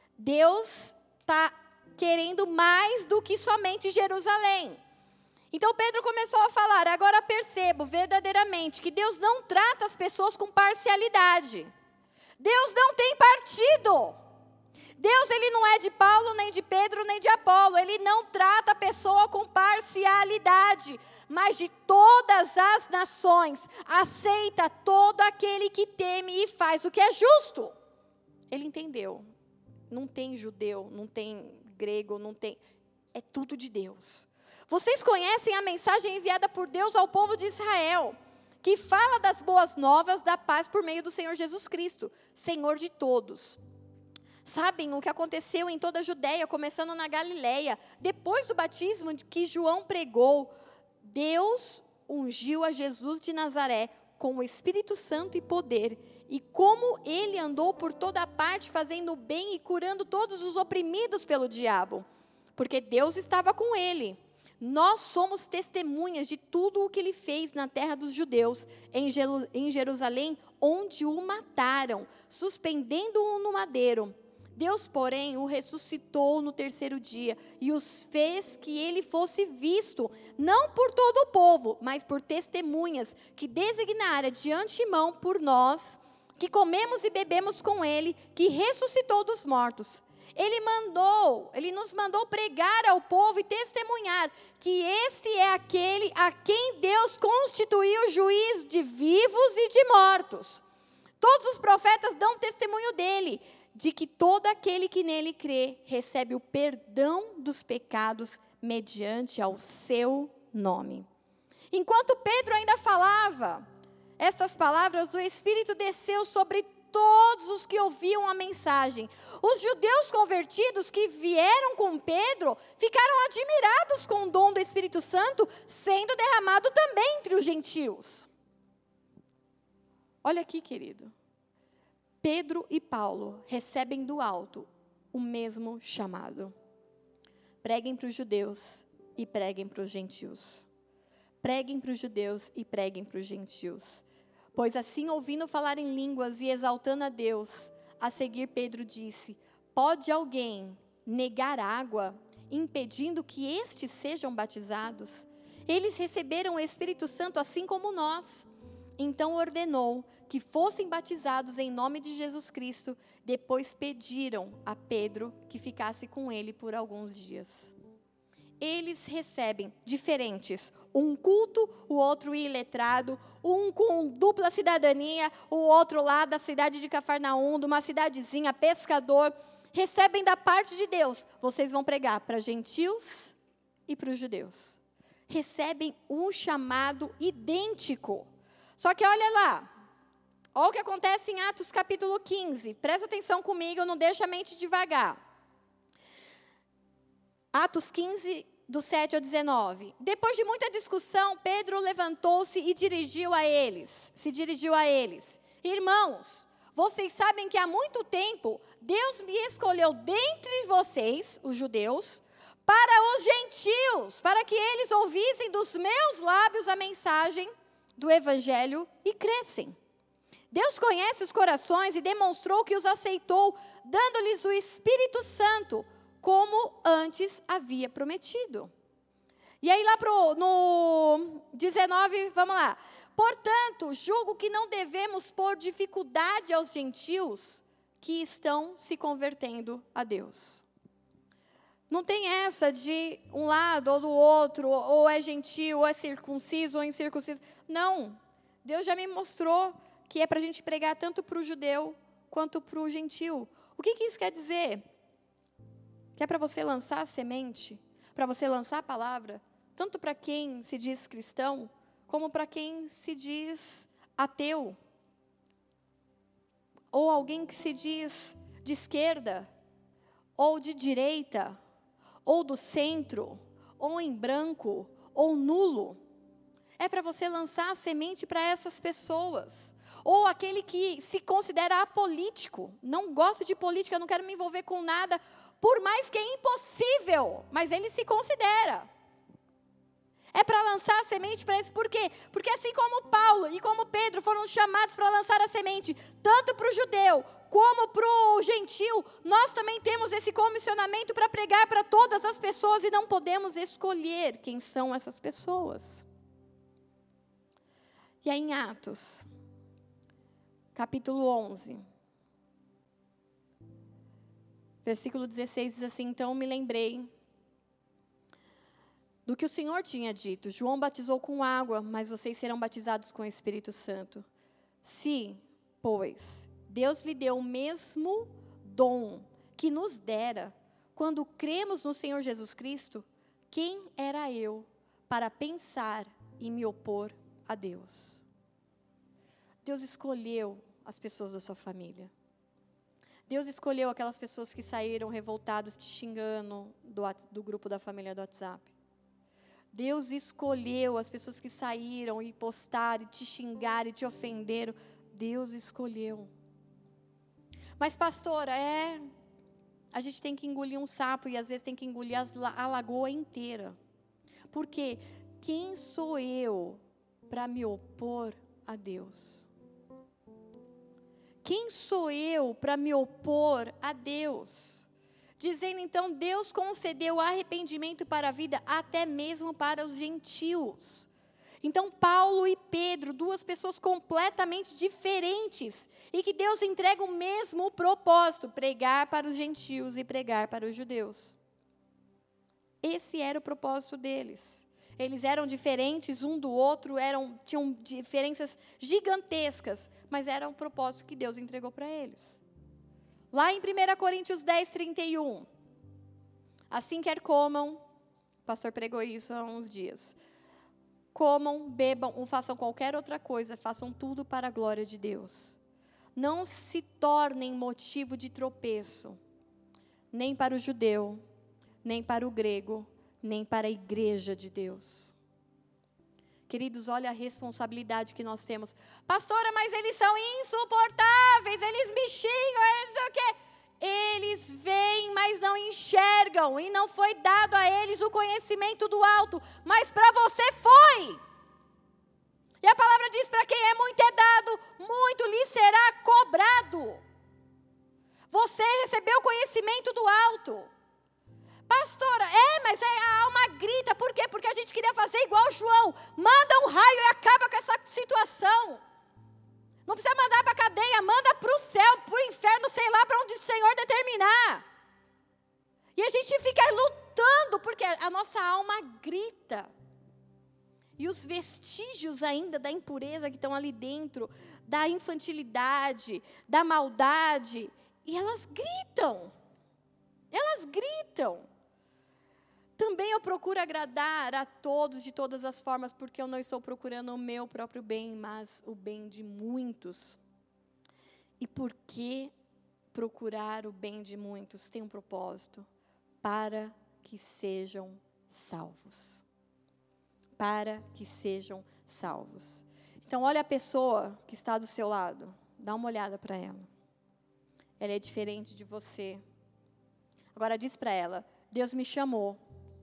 Deus está querendo mais do que somente Jerusalém. Então Pedro começou a falar, agora percebo verdadeiramente que Deus não trata as pessoas com parcialidade. Deus não tem partido. Deus, ele não é de Paulo, nem de Pedro, nem de Apolo. Ele não trata a pessoa com parcialidade, mas de todas as nações, aceita todo aquele que teme e faz o que é justo. Ele entendeu. Não tem judeu, não tem grego, não tem... É tudo de Deus. Vocês conhecem a mensagem enviada por Deus ao povo de Israel, que fala das boas novas da paz por meio do Senhor Jesus Cristo, Senhor de todos. Sabem o que aconteceu em toda a Judéia, começando na Galileia, depois do batismo que João pregou. Deus ungiu a Jesus de Nazaré com o Espírito Santo e poder, e como ele andou por toda a parte fazendo o bem e curando todos os oprimidos pelo diabo, porque Deus estava com ele. Nós somos testemunhas de tudo o que ele fez na terra dos judeus, em Jerusalém, onde o mataram, suspendendo-o no madeiro. Deus, porém, o ressuscitou no terceiro dia e os fez que ele fosse visto, não por todo o povo, mas por testemunhas que designara de antemão por nós, que comemos e bebemos com ele, que ressuscitou dos mortos. Ele mandou, ele nos mandou pregar ao povo e testemunhar que este é aquele a quem Deus constituiu juiz de vivos e de mortos. Todos os profetas dão testemunho dele, de que todo aquele que nele crê recebe o perdão dos pecados mediante ao seu nome. Enquanto Pedro ainda falava estas palavras, o Espírito desceu sobre todos os que ouviam a mensagem. Os judeus convertidos que vieram com Pedro ficaram admirados com o dom do Espírito Santo sendo derramado também entre os gentios. Olha aqui, querido. Pedro e Paulo recebem do alto o mesmo chamado. Preguem para os judeus e preguem para os gentios. Preguem para os judeus e preguem para os gentios. Pois assim, ouvindo falar em línguas e exaltando a Deus, a seguir Pedro disse, pode alguém negar água, impedindo que estes sejam batizados? Eles receberam o Espírito Santo assim como nós. Então ordenou que fossem batizados em nome de Jesus Cristo. Depois pediram a Pedro que ficasse com ele por alguns dias. Eles recebem diferentes, um culto, o outro iletrado, um com dupla cidadania, o outro lá da cidade de Cafarnaum, de uma cidadezinha, pescador. Recebem da parte de Deus. Vocês vão pregar para gentios e para os judeus. Recebem um chamado idêntico. Só que olha lá, olha o que acontece em Atos capítulo quinze. Presta atenção comigo, não deixa a mente devagar. Atos quinze, do sete ao dezenove. Depois de muita discussão, Pedro levantou-se e dirigiu a eles, se dirigiu a eles. Irmãos, vocês sabem que há muito tempo Deus me escolheu dentre vocês, os judeus, para os gentios, para que eles ouvissem dos meus lábios a mensagem do Evangelho e crescem. Deus conhece os corações e demonstrou que os aceitou, dando-lhes o Espírito Santo, como antes havia prometido. E aí lá pro, no dezenove, vamos lá. Portanto, julgo que não devemos pôr dificuldade aos gentios que estão se convertendo a Deus. Não tem essa de um lado ou do outro, ou é gentil, ou é circunciso, ou incircunciso. Não. Deus já me mostrou que é para a gente pregar tanto para o judeu quanto para o gentil. O que, que isso quer dizer? Que é para você lançar a semente, para você lançar a palavra, tanto para quem se diz cristão, como para quem se diz ateu. Ou alguém que se diz de esquerda, ou de direita, ou do centro, ou em branco, ou nulo. É para você lançar a semente para essas pessoas. Ou aquele que se considera apolítico, não gosto de política, não quero me envolver com nada, por mais que é impossível, mas ele se considera. É para lançar a semente para eles, por quê? Porque assim como Paulo e como Pedro foram chamados para lançar a semente, tanto para o judeu como para o gentil, nós também temos esse comissionamento para pregar para todas as pessoas e não podemos escolher quem são essas pessoas. E aí em Atos, capítulo onze, versículo dezesseis diz assim: então me lembrei do que o Senhor tinha dito, João batizou com água, mas vocês serão batizados com o Espírito Santo. Se, pois, Deus lhe deu o mesmo dom que nos dera, quando cremos no Senhor Jesus Cristo, quem era eu para pensar e me opor a Deus? Deus escolheu as pessoas da sua família. Deus escolheu aquelas pessoas que saíram revoltadas, te xingando do, do grupo da família do WhatsApp. Deus escolheu as pessoas que saíram e postaram, e te xingaram, e te ofenderam. Deus escolheu. Mas pastora, é... a gente tem que engolir um sapo e às vezes tem que engolir as, a lagoa inteira. Por quê? Quem sou eu para me opor a Deus? Quem sou eu para me opor a Deus? Dizendo então, Deus concedeu arrependimento para a vida, até mesmo para os gentios. Então, Paulo e Pedro, duas pessoas completamente diferentes, e que Deus entrega o mesmo propósito, pregar para os gentios e pregar para os judeus. Esse era o propósito deles. Eles eram diferentes um do outro, eram, tinham diferenças gigantescas, mas era o propósito que Deus entregou para eles. Lá em primeira Coríntios dez, trinta e um, assim quer comam, o pastor pregou isso há uns dias, comam, bebam ou façam qualquer outra coisa, façam tudo para a glória de Deus. Não se tornem motivo de tropeço, nem para o judeu, nem para o grego, nem para a igreja de Deus. Queridos, olha a responsabilidade que nós temos. Pastora, mas eles são insuportáveis, eles me xingam, eles não sei o quê. Eles veem, mas não enxergam, e não foi dado a eles o conhecimento do alto, mas para você foi. E a palavra diz, para quem é muito é dado, muito lhe será cobrado. Você recebeu o conhecimento do alto. Pastora, é, mas é, a alma grita, por quê? Porque a gente queria fazer igual o João, manda um raio e acaba com essa situação. Não precisa mandar para a cadeia, manda para o céu, para o inferno, sei lá, para onde o Senhor determinar. E a gente fica lutando, porque a nossa alma grita. E os vestígios ainda da impureza que estão ali dentro, da infantilidade, da maldade, e elas gritam. Elas gritam. Também eu procuro agradar a todos de todas as formas, porque eu não estou procurando o meu próprio bem, mas o bem de muitos. E por que procurar o bem de muitos? Tem um propósito, para que sejam salvos. Para que sejam salvos. Então, olha a pessoa que está do seu lado, dá uma olhada para ela. Ela é diferente de você. Agora diz para ela, Deus me chamou.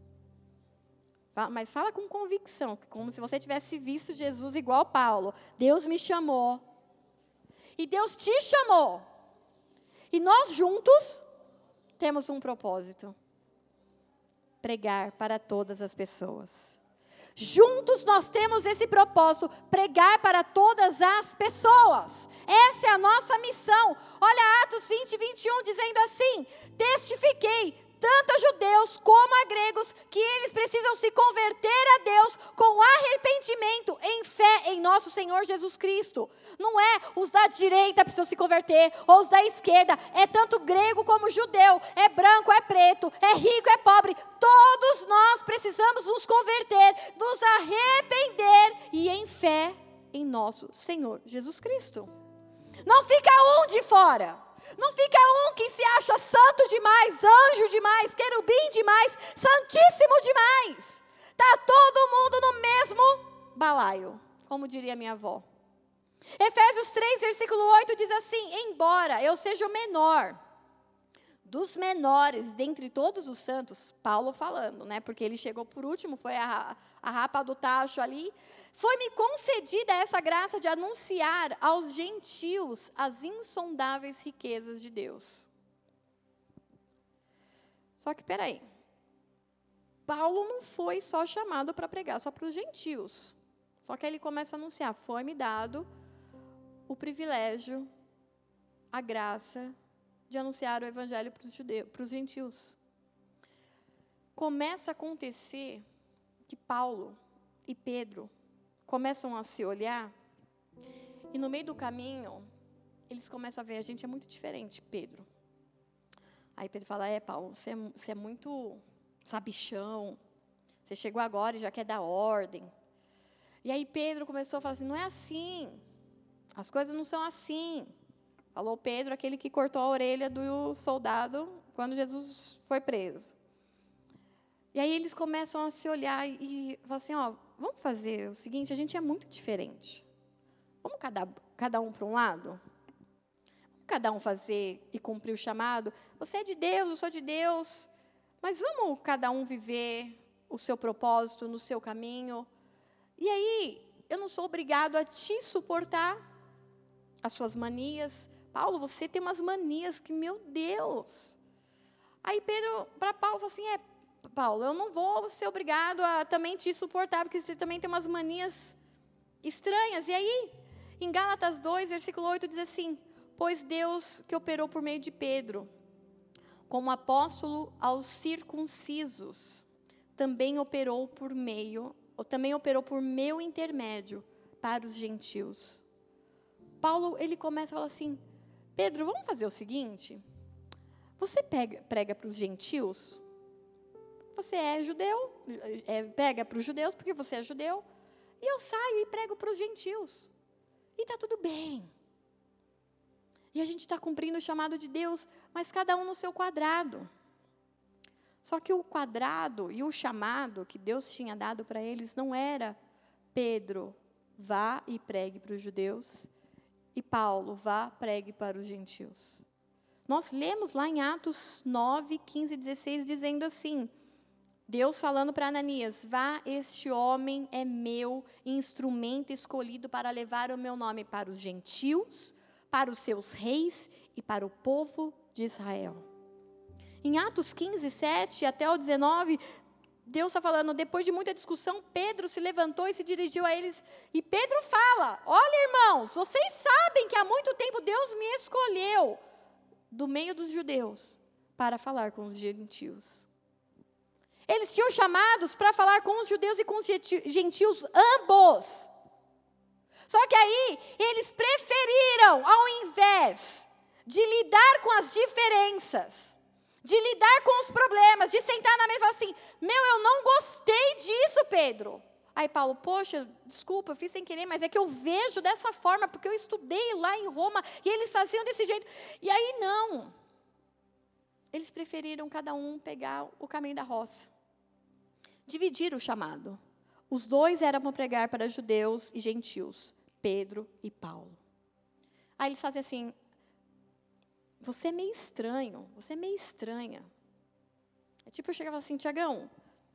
Mas fala com convicção, como se você tivesse visto Jesus igual Paulo. Deus me chamou. E Deus te chamou. E nós juntos temos um propósito. pregar para todas as pessoas. Juntos nós temos esse propósito, pregar para todas as pessoas. Essa é a nossa missão. Olha Atos vinte, vinte e um, dizendo assim: testifiquei, tanto a judeus como a gregos, que eles precisam se converter a Deus com arrependimento em fé em nosso Senhor Jesus Cristo. Não é os da direita precisam se converter, ou os da esquerda, é tanto grego como judeu, é branco, é preto, é rico, é pobre. Todos nós precisamos nos converter, nos arrepender e em fé em nosso Senhor Jesus Cristo. Não fica um de fora. Não fica um que se acha santo demais, anjo demais, querubim demais, santíssimo demais. Está todo mundo no mesmo balaio, como diria minha avó. Efésios três, versículo oito diz assim: embora eu seja o menor dos menores dentre todos os santos, Paulo falando, né? Porque ele chegou por último, foi a, a rapa do tacho ali. Foi-me concedida essa graça de anunciar aos gentios as insondáveis riquezas de Deus. Só que, peraí, Paulo não foi só chamado para pregar, só para os gentios. Só que aí ele começa a anunciar: foi-me dado o privilégio, a graça de anunciar o evangelho para os judeus, para os gentios. Começa a acontecer que Paulo e Pedro começam a se olhar, e no meio do caminho, eles começam a ver: a gente é muito diferente, Pedro. Aí Pedro fala: é, Paulo, você é, você é muito sabichão, você chegou agora e já quer dar ordem. E aí Pedro começou a falar assim: não é assim, as coisas não são assim. Falou Pedro, aquele que cortou a orelha do soldado quando Jesus foi preso. E aí eles começam a se olhar e, e falam assim: ó, vamos fazer o seguinte, a gente é muito diferente. Vamos cada, cada um para um lado? Vamos cada um fazer e cumprir o chamado? Você é de Deus, eu sou de Deus, mas vamos cada um viver o seu propósito no seu caminho? E aí, eu não sou obrigado a te suportar as suas manias. Paulo, você tem umas manias que, meu Deus. Aí Pedro, para Paulo, falou assim: é, Paulo, eu não vou ser obrigado a também te suportar, porque você também tem umas manias estranhas. E aí, em Gálatas dois, versículo oito, diz assim: pois Deus, que operou por meio de Pedro, como apóstolo aos circuncisos, também operou por meio, ou também operou por meu intermédio para os gentios. Paulo, ele começa a falar assim: Pedro, vamos fazer o seguinte, você pega, prega para os gentios, você é judeu, é, pega para os judeus porque você é judeu, e eu saio e prego para os gentios, e está tudo bem. E a gente está cumprindo o chamado de Deus, mas cada um no seu quadrado. Só que o quadrado e o chamado que Deus tinha dado para eles não era: Pedro, vá e pregue para os judeus, e Paulo, vá, pregue para os gentios. Nós lemos lá em Atos nove, quinze e dezesseis, dizendo assim, Deus falando para Ananias: vá, este homem é meu instrumento escolhido para levar o meu nome para os gentios, para os seus reis e para o povo de Israel. Em Atos quinze, sete até o dezenove, Deus está falando, depois de muita discussão, Pedro se levantou e se dirigiu a eles. E Pedro fala: olha, irmãos, vocês sabem que há muito tempo Deus me escolheu do meio dos judeus para falar com os gentios. Eles tinham chamados para falar com os judeus e com os gentios ambos. Só que aí, eles preferiram, ao invés de lidar com as diferenças, de lidar com os problemas, de sentar na mesa e falar assim: meu, eu não gostei disso, Pedro. Aí Paulo: poxa, desculpa, eu fiz sem querer, mas é que eu vejo dessa forma, porque eu estudei lá em Roma, e eles faziam desse jeito. E aí não. Eles preferiram cada um pegar o caminho da roça. Dividir o chamado. Os dois eram para pregar para judeus e gentios, Pedro e Paulo. Aí eles fazem assim: você é meio estranho, você é meio estranha. É tipo, eu chegava assim: Tiagão,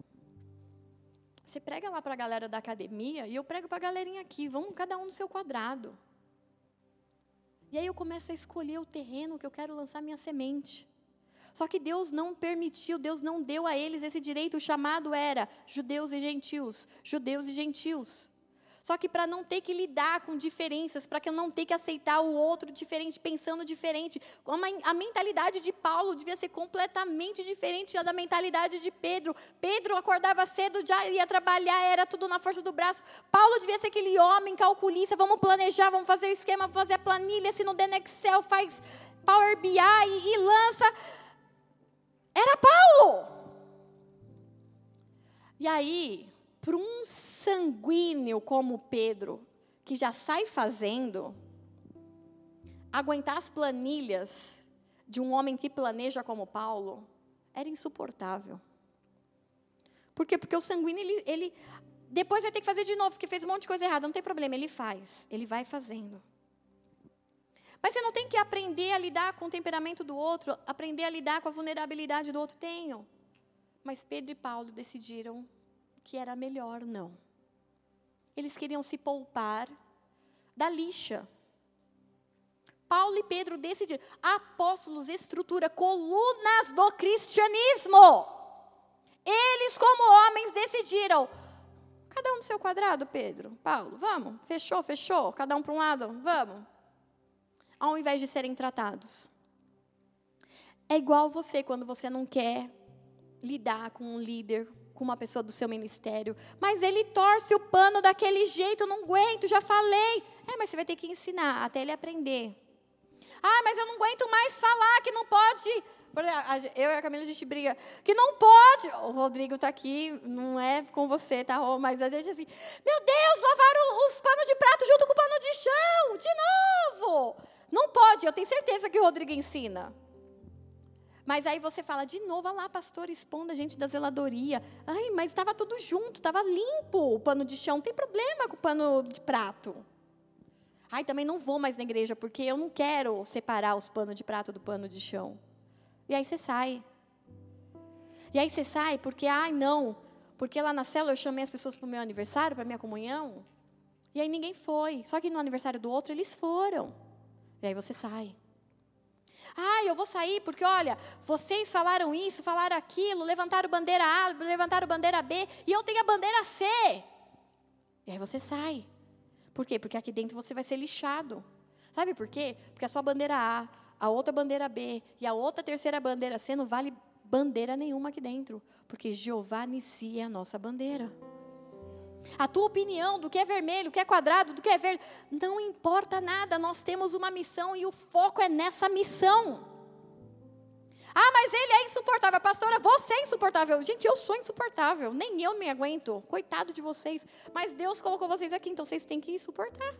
você prega lá para a galera da academia e eu prego para a galerinha aqui, vamos cada um no seu quadrado. E aí eu começo a escolher o terreno que eu quero lançar minha semente. Só que Deus não permitiu, Deus não deu a eles esse direito. O chamado era judeus e gentios, judeus e gentios. Só que para não ter que lidar com diferenças, para que eu não ter que aceitar o outro diferente, pensando diferente, a mentalidade de Paulo devia ser completamente diferente da mentalidade de Pedro. Pedro acordava cedo, já ia trabalhar, era tudo na força do braço. Paulo devia ser aquele homem calculista, vamos planejar, vamos fazer o esquema, vamos fazer a planilha, se não der no Excel, faz Power B I e, e lança. Era Paulo. E aí, para um sanguíneo como Pedro, que já sai fazendo, aguentar as planilhas de um homem que planeja como Paulo, era insuportável. Por quê? Porque o sanguíneo, ele, ele depois vai ter que fazer de novo, porque fez um monte de coisa errada. Não tem problema, ele faz, ele vai fazendo. Mas você não tem que aprender a lidar com o temperamento do outro, aprender a lidar com a vulnerabilidade do outro. Tenho. Mas Pedro e Paulo decidiram que era melhor não. Eles queriam se poupar da lixa. Paulo e Pedro decidiram. Apóstolos estrutura colunas do cristianismo. Eles, como homens, decidiram. Cada um no seu quadrado, Pedro, Paulo, vamos. Fechou, fechou. Cada um para um lado, vamos. Ao invés de serem tratados. É igual você quando você não quer lidar com um líder, com uma pessoa do seu ministério, mas ele torce o pano daquele jeito, não aguento, já falei. É, mas você vai ter que ensinar até ele aprender. Ah, mas eu não aguento mais falar que não pode. Eu e a Camila, a gente briga, que não pode. O Rodrigo está aqui, não é com você, tá, Rô? Mas a gente assim, meu Deus, lavaram os panos de prato junto com o pano de chão, de novo. Não pode, eu tenho certeza que o Rodrigo ensina. Mas aí você fala, de novo, olha lá, pastor, expondo a gente da zeladoria. Ai, mas estava tudo junto, estava limpo o pano de chão, não tem problema com o pano de prato. Ai, também não vou mais na igreja, porque eu não quero separar os panos de prato do pano de chão. E aí você sai. E aí você sai porque, ai, não, porque lá na célula eu chamei as pessoas para o meu aniversário, para a minha comunhão, e aí ninguém foi. Só que no aniversário do outro, eles foram. E aí você sai. Ah, eu vou sair porque, olha, vocês falaram isso, falaram aquilo, levantaram bandeira A, levantaram bandeira B, e eu tenho a bandeira C. E aí você sai. Por quê? Porque aqui dentro você vai ser lixado. Sabe por quê? Porque a sua bandeira A, a outra bandeira B e a outra terceira bandeira C não vale bandeira nenhuma aqui dentro. Porque Jeová Nissi é a nossa bandeira. A tua opinião do que é vermelho, do que é quadrado, do que é verde, não importa nada, nós temos uma missão e o foco é nessa missão. Ah, mas ele é insuportável, pastora, você é insuportável. Gente, eu sou insuportável, nem eu me aguento, coitado de vocês. Mas Deus colocou vocês aqui, então vocês têm que suportar.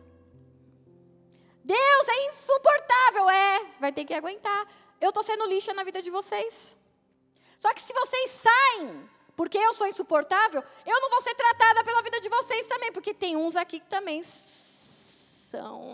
Deus é insuportável, é, você vai ter que aguentar. Eu estou sendo lixa na vida de vocês. Só que se vocês saem... Porque eu sou insuportável, eu não vou ser tratada pela vida de vocês também. Porque tem uns aqui que também são...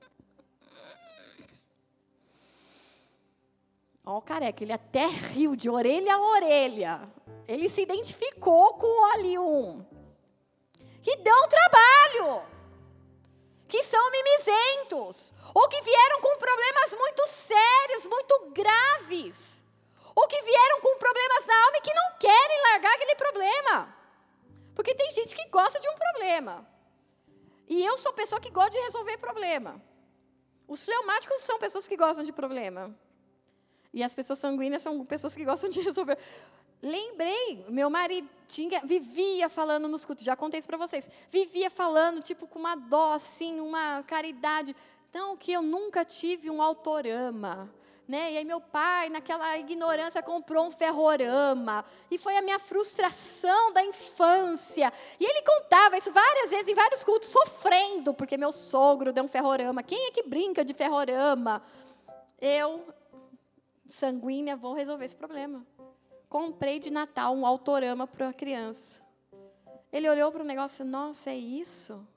Ó o careca, ele até riu de orelha a orelha. Ele se identificou com ali um. Que dão trabalho. Que são mimizentos. Ou que vieram com problemas muito sérios, muito graves. Ou que vieram com problemas na alma e que não querem largar aquele problema. Porque tem gente que gosta de um problema. E eu sou pessoa que gosta de resolver problema. Os fleumáticos são pessoas que gostam de problema. E as pessoas sanguíneas são pessoas que gostam de resolver. Lembrei, meu marido tinha, vivia falando nos cultos, já contei isso para vocês. Vivia falando, tipo, com uma dó, assim, uma caridade. Não, que eu nunca tive um autorama. Né? E aí meu pai, naquela ignorância, comprou um ferrorama. E foi a minha frustração da infância. E ele contava isso várias vezes, em vários cultos, sofrendo, porque meu sogro deu um ferrorama. Quem é que brinca de ferrorama? Eu, sanguínea, vou resolver esse problema. Comprei de Natal um autorama para a criança. Ele olhou para o negócio, nossa, é isso?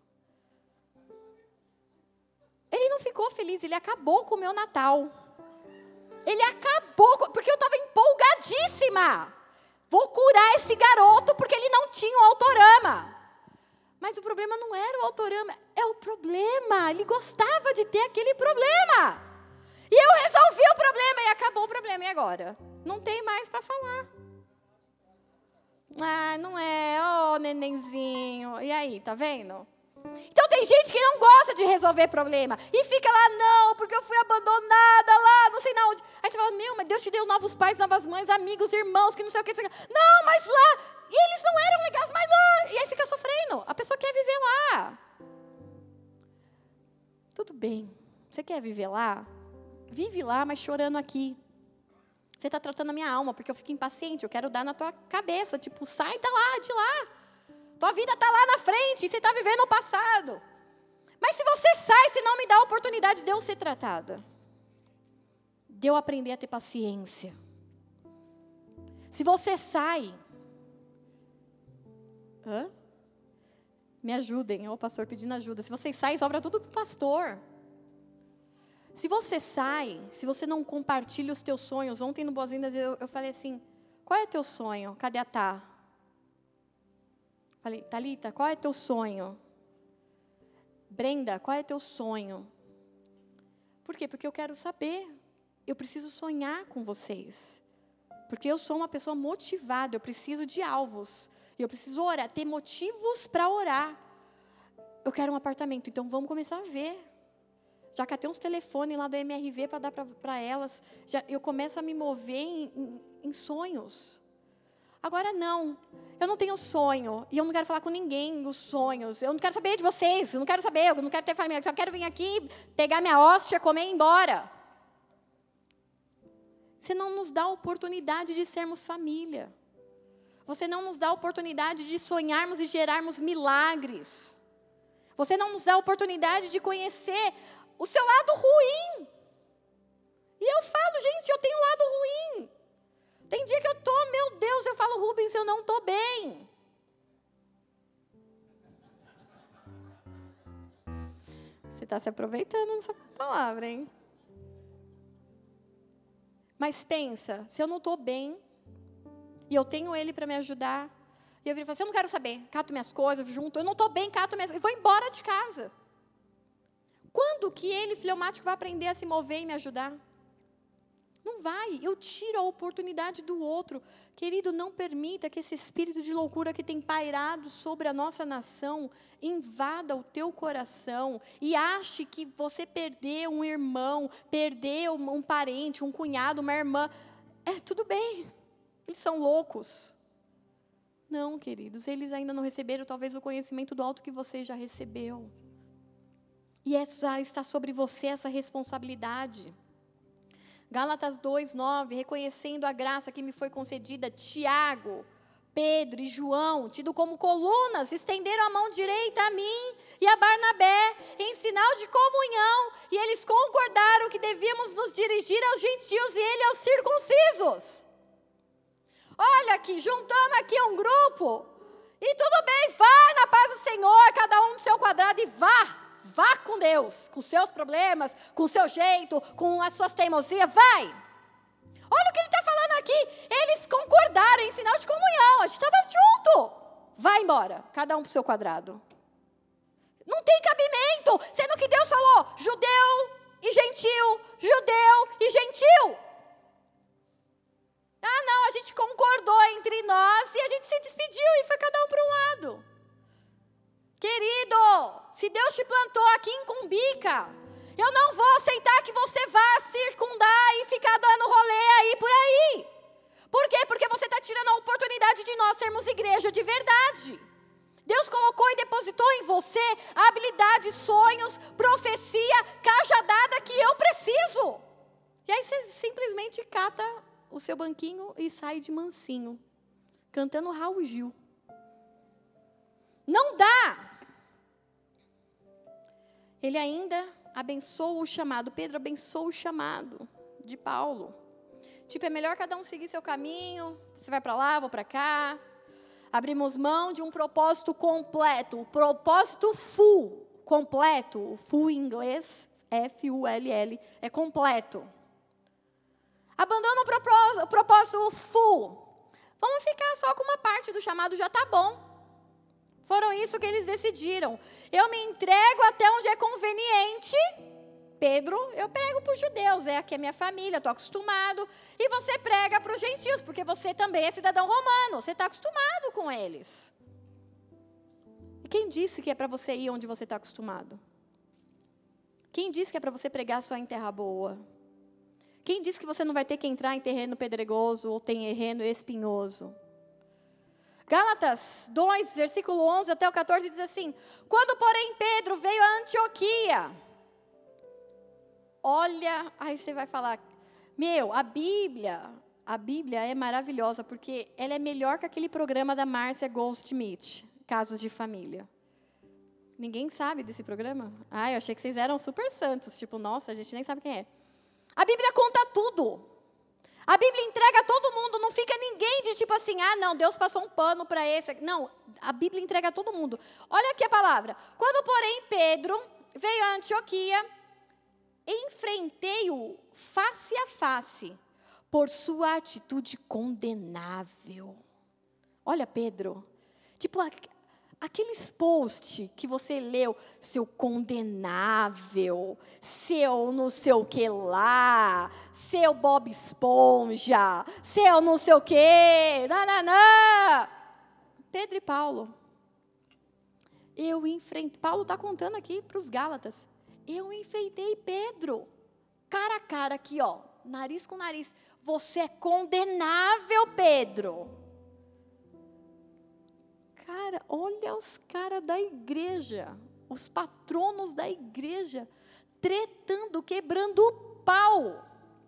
Ele não ficou feliz, ele acabou com o meu Natal. Ele acabou, porque eu estava empolgadíssima. Vou curar esse garoto, porque ele não tinha um autorama. Mas o problema não era o autorama, é o problema. Ele gostava de ter aquele problema. E eu resolvi o problema, e acabou o problema, e agora? Não tem mais para falar. Ah, não é, ó, oh, nenenzinho. E aí, tá vendo? Então tem gente que não gosta de resolver problema. E fica lá, não, porque eu fui abandonada lá, não sei na onde. Aí você fala, meu, mas Deus te deu novos pais, novas mães, amigos, irmãos, que não sei o que. Não, não, mas lá, e eles não eram legais, mas lá. E aí fica sofrendo. A pessoa quer viver lá. Tudo bem, você quer viver lá? Vive lá, mas chorando aqui. Você está tratando a minha alma, porque eu fico impaciente, eu quero dar na tua cabeça, tipo, sai da lá, de lá. Tua vida está lá na frente, e você está vivendo o passado. Mas se você sai, você não me dá a oportunidade de eu ser tratada. De eu aprender a ter paciência. Se você sai... Hã? Me ajudem, ó, o pastor pedindo ajuda. Se você sai, sobra tudo para o pastor. Se você sai, se você não compartilha os teus sonhos. Ontem no Boas-Vindas eu, eu falei assim, qual é o teu sonho? Cadê a Tá? Falei, Thalita, qual é teu sonho? Brenda, qual é teu sonho? Por quê? Porque eu quero saber. Eu preciso sonhar com vocês. Porque eu sou uma pessoa motivada, eu preciso de alvos. E eu preciso orar, ter motivos para orar. Eu quero um apartamento, então vamos começar a ver. Já catei uns telefones lá da M R V para dar para elas. Já, eu começo a me mover em, em, em sonhos. Agora não, eu não tenho sonho, e eu não quero falar com ninguém os sonhos, eu não quero saber de vocês, eu não quero saber, eu não quero ter família, eu só quero vir aqui, pegar minha hóstia, comer e ir embora. Você não nos dá a oportunidade de sermos família. Você não nos dá a oportunidade de sonharmos e gerarmos milagres. Você não nos dá a oportunidade de conhecer o seu lado ruim. E eu falo, gente, eu tenho um lado ruim. Tem dia que eu estou, meu Deus, eu falo, Rubens, eu não estou bem. Você está se aproveitando dessa palavra, hein? Mas pensa, se eu não estou bem, e eu tenho ele para me ajudar, e eu viro e falo assim, eu não quero saber, cato minhas coisas, junto, eu não estou bem, cato minhas coisas, e vou embora de casa. Quando que ele, fleumático, vai aprender a se mover e me ajudar? Não vai, eu tiro a oportunidade do outro. Querido, não permita que esse espírito de loucura que tem pairado sobre a nossa nação invada o teu coração e ache que você perdeu um irmão, perdeu um parente, um cunhado, uma irmã. É, tudo bem, eles são loucos. Não, queridos, eles ainda não receberam talvez o conhecimento do alto que você já recebeu. E essa, está sobre você essa responsabilidade. Gálatas dois, nove, reconhecendo a graça que me foi concedida, Tiago, Pedro e João, tido como colunas, estenderam a mão direita a mim e a Barnabé, em sinal de comunhão, e eles concordaram que devíamos nos dirigir aos gentios e ele aos circuncisos. Olha aqui, juntamos aqui um grupo, e tudo bem, vai na paz do Senhor, cada um no seu quadrado e vá. Vá com Deus, com seus problemas, com o seu jeito, com as suas teimosias, vai. Olha o que ele está falando aqui. Eles concordaram em sinal de comunhão, a gente estava junto. Vai embora, cada um para o seu quadrado. Não tem cabimento, sendo que Deus falou judeu e gentil, judeu e gentil. Ah não, a gente concordou entre nós e a gente se despediu e foi cada um para um lado. Querido, se Deus te plantou aqui em Cumbica, eu não vou aceitar que você vá circundar e ficar dando rolê aí por aí. Por quê? Porque você está tirando a oportunidade de nós sermos igreja de verdade. Deus colocou e depositou em você habilidades, sonhos, profecia, cajadada que eu preciso. E aí você simplesmente cata o seu banquinho e sai de mansinho, cantando Raul Gil. Não dá. Ele ainda abençoa o chamado. Pedro abençoa o chamado de Paulo. Tipo, é melhor cada um seguir seu caminho. Você vai para lá, vou para cá. Abrimos mão de um propósito completo. O propósito full, completo. O full em inglês, F U L L, é completo. Abandona o propósito, o propósito full. Vamos ficar só com uma parte do chamado, já está bom. Foram isso que eles decidiram. Eu me entrego até onde é conveniente Pedro, eu prego para os judeus, é aqui a minha família, estou acostumado. E você prega para os gentios, porque você também é cidadão romano, você está acostumado com eles. E quem disse que é para você ir onde você está acostumado? Quem disse que é para você pregar só em terra boa? Quem disse que você não vai ter que entrar em terreno pedregoso ou terreno espinhoso? Gálatas dois, versículo onze até o catorze diz assim: quando, porém, Pedro veio a Antioquia, olha, aí você vai falar, meu, a Bíblia, a Bíblia é maravilhosa, porque ela é melhor que aquele programa da Márcia Goldschmidt, Casos de Família. Ninguém sabe desse programa? Ah, eu achei que vocês eram super santos, tipo, nossa, a gente nem sabe quem é. A Bíblia conta tudo. A Bíblia entrega a todo mundo, não fica ninguém de tipo assim, ah, não, Deus passou um pano para esse. Não, a Bíblia entrega a todo mundo. Olha aqui a palavra. Quando, porém, Pedro veio a Antioquia, enfrentei-o face a face, por sua atitude condenável. Olha, Pedro, tipo, aqueles posts que você leu, seu condenável, seu não sei o que lá, seu Bob Esponja, seu não sei o que, nananã. Pedro e Paulo, eu enfrentei, Paulo está contando aqui para os Gálatas, eu enfeitei Pedro, cara a cara aqui, ó, nariz com nariz, você é condenável, Pedro. Cara, olha os caras da igreja, os patronos da igreja, tretando, quebrando o pau.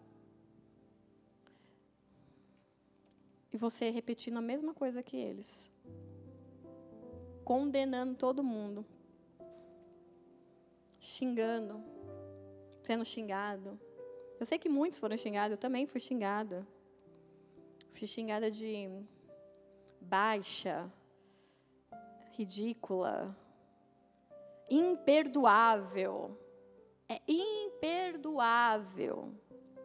E você repetindo a mesma coisa que eles. Condenando todo mundo. Xingando. Sendo xingado. Eu sei que muitos foram xingados, eu também fui xingada. Fui xingada de baixa, ridícula, imperdoável. É imperdoável.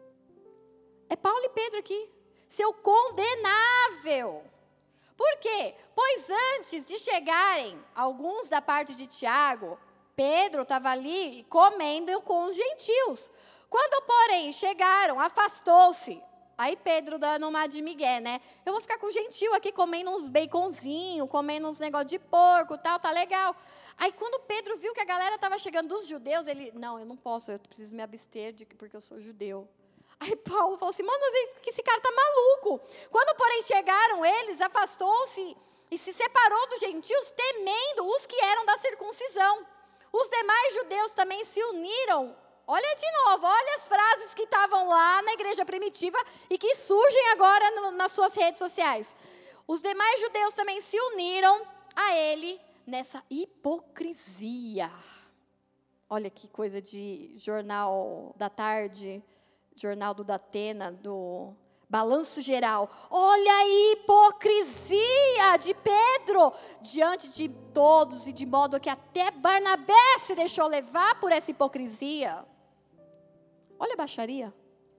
É Paulo e Pedro aqui. Seu condenável. Por quê? Pois antes de chegarem alguns da parte de Tiago, Pedro estava ali comendo com os gentios. Quando, porém, chegaram, afastou-se. Aí Pedro dando uma de migué, né? Eu vou ficar com o gentil aqui comendo uns baconzinho, comendo uns negócios de porco e tal, tá legal. Aí quando Pedro viu que a galera estava chegando dos judeus, ele, não, eu não posso, eu preciso me abster de, porque eu sou judeu. Aí Paulo falou assim, mano, esse cara tá maluco. Quando, porém, chegaram eles, afastou-se e se separou dos gentios, temendo os que eram da circuncisão. Os demais judeus também se uniram. Olha de novo, olha as frases que estavam lá na igreja primitiva e que surgem agora no, nas suas redes sociais. Os demais judeus também se uniram a ele nessa hipocrisia. Olha que coisa de jornal da tarde, jornal do Datena, do Balanço Geral. Olha a hipocrisia de Pedro diante de todos e de modo que até Barnabé se deixou levar por essa hipocrisia. Olha a baixaria.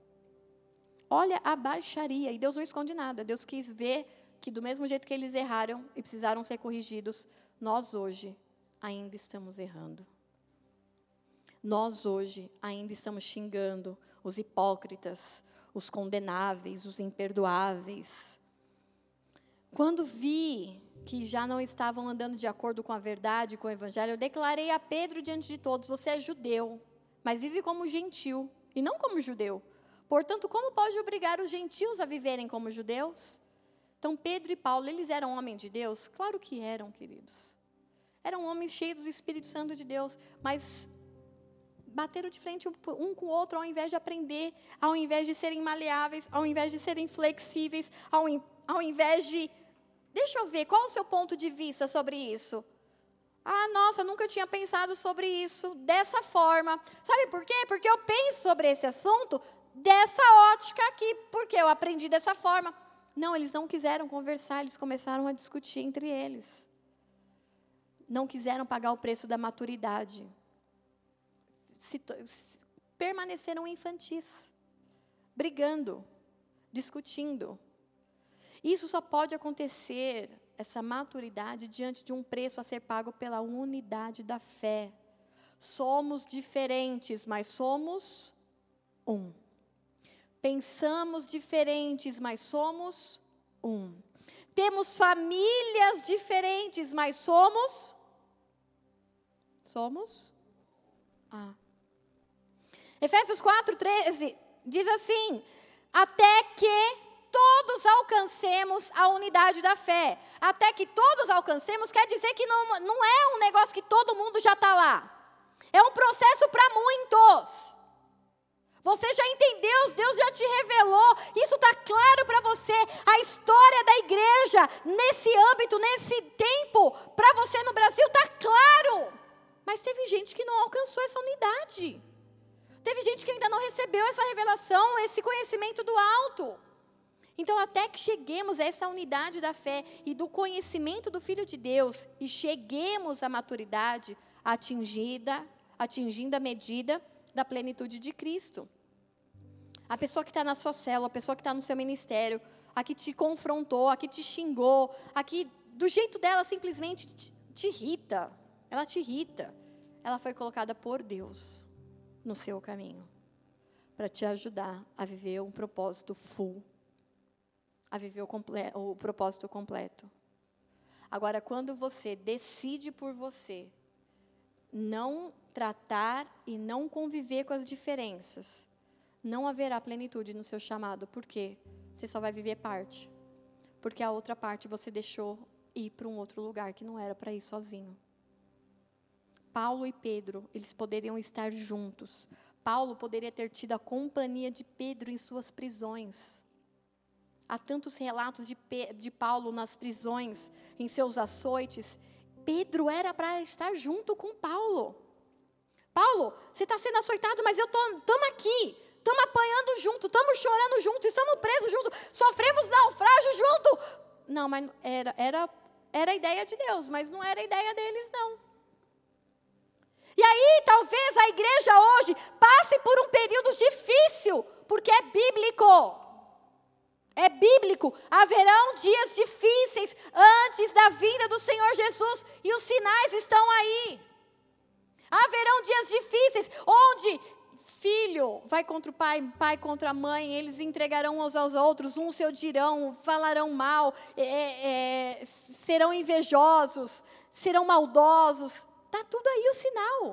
Olha a baixaria. E Deus não esconde nada. Deus quis ver que do mesmo jeito que eles erraram e precisaram ser corrigidos, nós hoje ainda estamos errando. Nós hoje ainda estamos xingando os hipócritas, os condenáveis, os imperdoáveis. Quando vi que já não estavam andando de acordo com a verdade, com o evangelho, eu declarei a Pedro diante de todos, você é judeu, mas vive como gentil e não como judeu. Portanto, como pode obrigar os gentios a viverem como judeus? Então, Pedro e Paulo, eles eram homens de Deus? Claro que eram, queridos. Eram homens cheios do Espírito Santo de Deus, mas bateram de frente um com o outro ao invés de aprender, ao invés de serem maleáveis, ao invés de serem flexíveis, ao, ao invés de... Deixa eu ver, qual é o seu ponto de vista sobre isso? Ah, nossa, nunca tinha pensado sobre isso dessa forma. Sabe por quê? Porque eu penso sobre esse assunto dessa ótica aqui, porque eu aprendi dessa forma. Não, eles não quiseram conversar, eles começaram a discutir entre eles. Não quiseram pagar o preço da maturidade. Se, se, permaneceram infantis, brigando, discutindo. Isso só pode acontecer, essa maturidade, diante de um preço a ser pago pela unidade da fé. Somos diferentes, mas somos um. Pensamos diferentes, mas somos um. Temos famílias diferentes, mas somos... Somos? Ah. Efésios quatro, treze diz assim: até que todos alcancemos a unidade da fé. Até que todos alcancemos quer dizer que não, não é um negócio que todo mundo já está lá. É um processo para muitos. Você já entendeu, Deus já te revelou, isso está claro para você. A história da igreja, nesse âmbito, nesse tempo, para você no Brasil, está claro. Mas teve gente que não alcançou essa unidade. Teve gente que ainda não recebeu essa revelação, esse conhecimento do alto. Então, até que cheguemos a essa unidade da fé e do conhecimento do Filho de Deus, e cheguemos à maturidade atingida, atingindo a medida da plenitude de Cristo. A pessoa que está na sua célula, a pessoa que está no seu ministério, a que te confrontou, a que te xingou, a que do jeito dela simplesmente te, te irrita, ela te irrita, ela foi colocada por Deus no seu caminho, para te ajudar a viver um propósito full, a viver o, comple- o propósito completo. Agora, quando você decide por você não tratar e não conviver com as diferenças, não haverá plenitude no seu chamado. Por quê? Você só vai viver parte. Porque a outra parte você deixou ir para um outro lugar que não era para ir sozinho. Paulo e Pedro, eles poderiam estar juntos. Paulo poderia ter tido a companhia de Pedro em suas prisões. Há tantos relatos de, Pe- de Paulo nas prisões, em seus açoites. Pedro era para estar junto com Paulo. Paulo, você está sendo açoitado, mas eu estamos aqui. Estamos apanhando junto, estamos chorando junto, estamos presos junto, sofremos naufrágio junto. Não, mas era, era, era a ideia de Deus, mas não era a ideia deles, não. E aí, talvez a igreja hoje passe por um período difícil, porque é bíblico. É bíblico. Haverão dias difíceis antes da vinda do Senhor Jesus, e os sinais estão aí. Haverão dias difíceis onde filho vai contra o pai, pai contra a mãe, eles entregarão uns aos outros, uns se odiarão, falarão mal, é, é, serão invejosos, serão maldosos. Está tudo aí o sinal.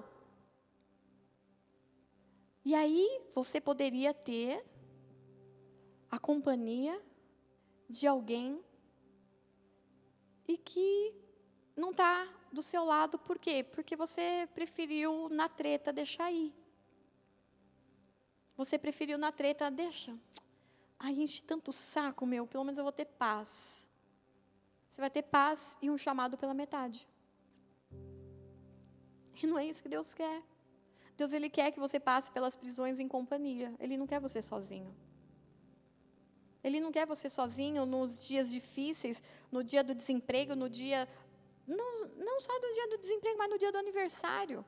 E aí você poderia ter a companhia de alguém e que não está do seu lado. Por quê? Porque você preferiu na treta deixar ir. Você preferiu na treta, deixa. Ai, enche tanto saco, meu, pelo menos eu vou ter paz. Você vai ter paz e um chamado pela metade. E não é isso que Deus quer. Deus, Ele quer que você passe pelas prisões em companhia. Ele não quer você sozinho. Ele não quer você sozinho nos dias difíceis, no dia do desemprego, no dia... Não, não só no dia do desemprego, mas no dia do aniversário.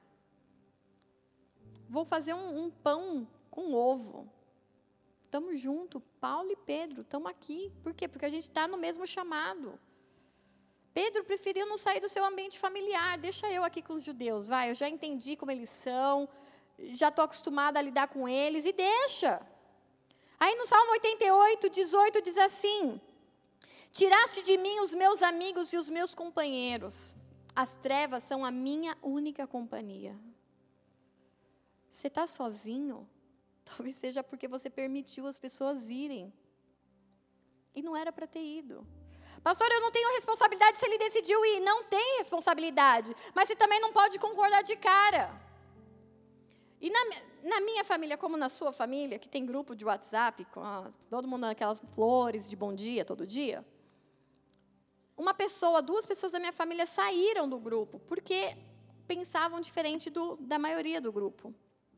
Vou fazer um, um pão com ovo. Estamos juntos, Paulo e Pedro, estamos aqui. Por quê? Porque a gente está no mesmo chamado. Pedro preferiu não sair do seu ambiente familiar. Deixa eu aqui com os judeus, vai. Eu já entendi como eles são, já estou acostumada a lidar com eles, e deixa. Aí no Salmo oitenta e oito, dezoito, diz assim: tiraste de mim os meus amigos e os meus companheiros. As trevas são a minha única companhia. Você está sozinho? Talvez seja porque você permitiu as pessoas irem. E não era para ter ido. Pastor, eu não tenho responsabilidade se ele decidiu ir. Não tem responsabilidade. Mas você também não pode concordar de cara. E na, na minha família, como na sua família, que tem grupo de WhatsApp, com a, todo mundo naquelas flores de bom dia todo dia, uma pessoa, duas pessoas da minha família saíram do grupo, porque pensavam diferente do, da maioria do grupo.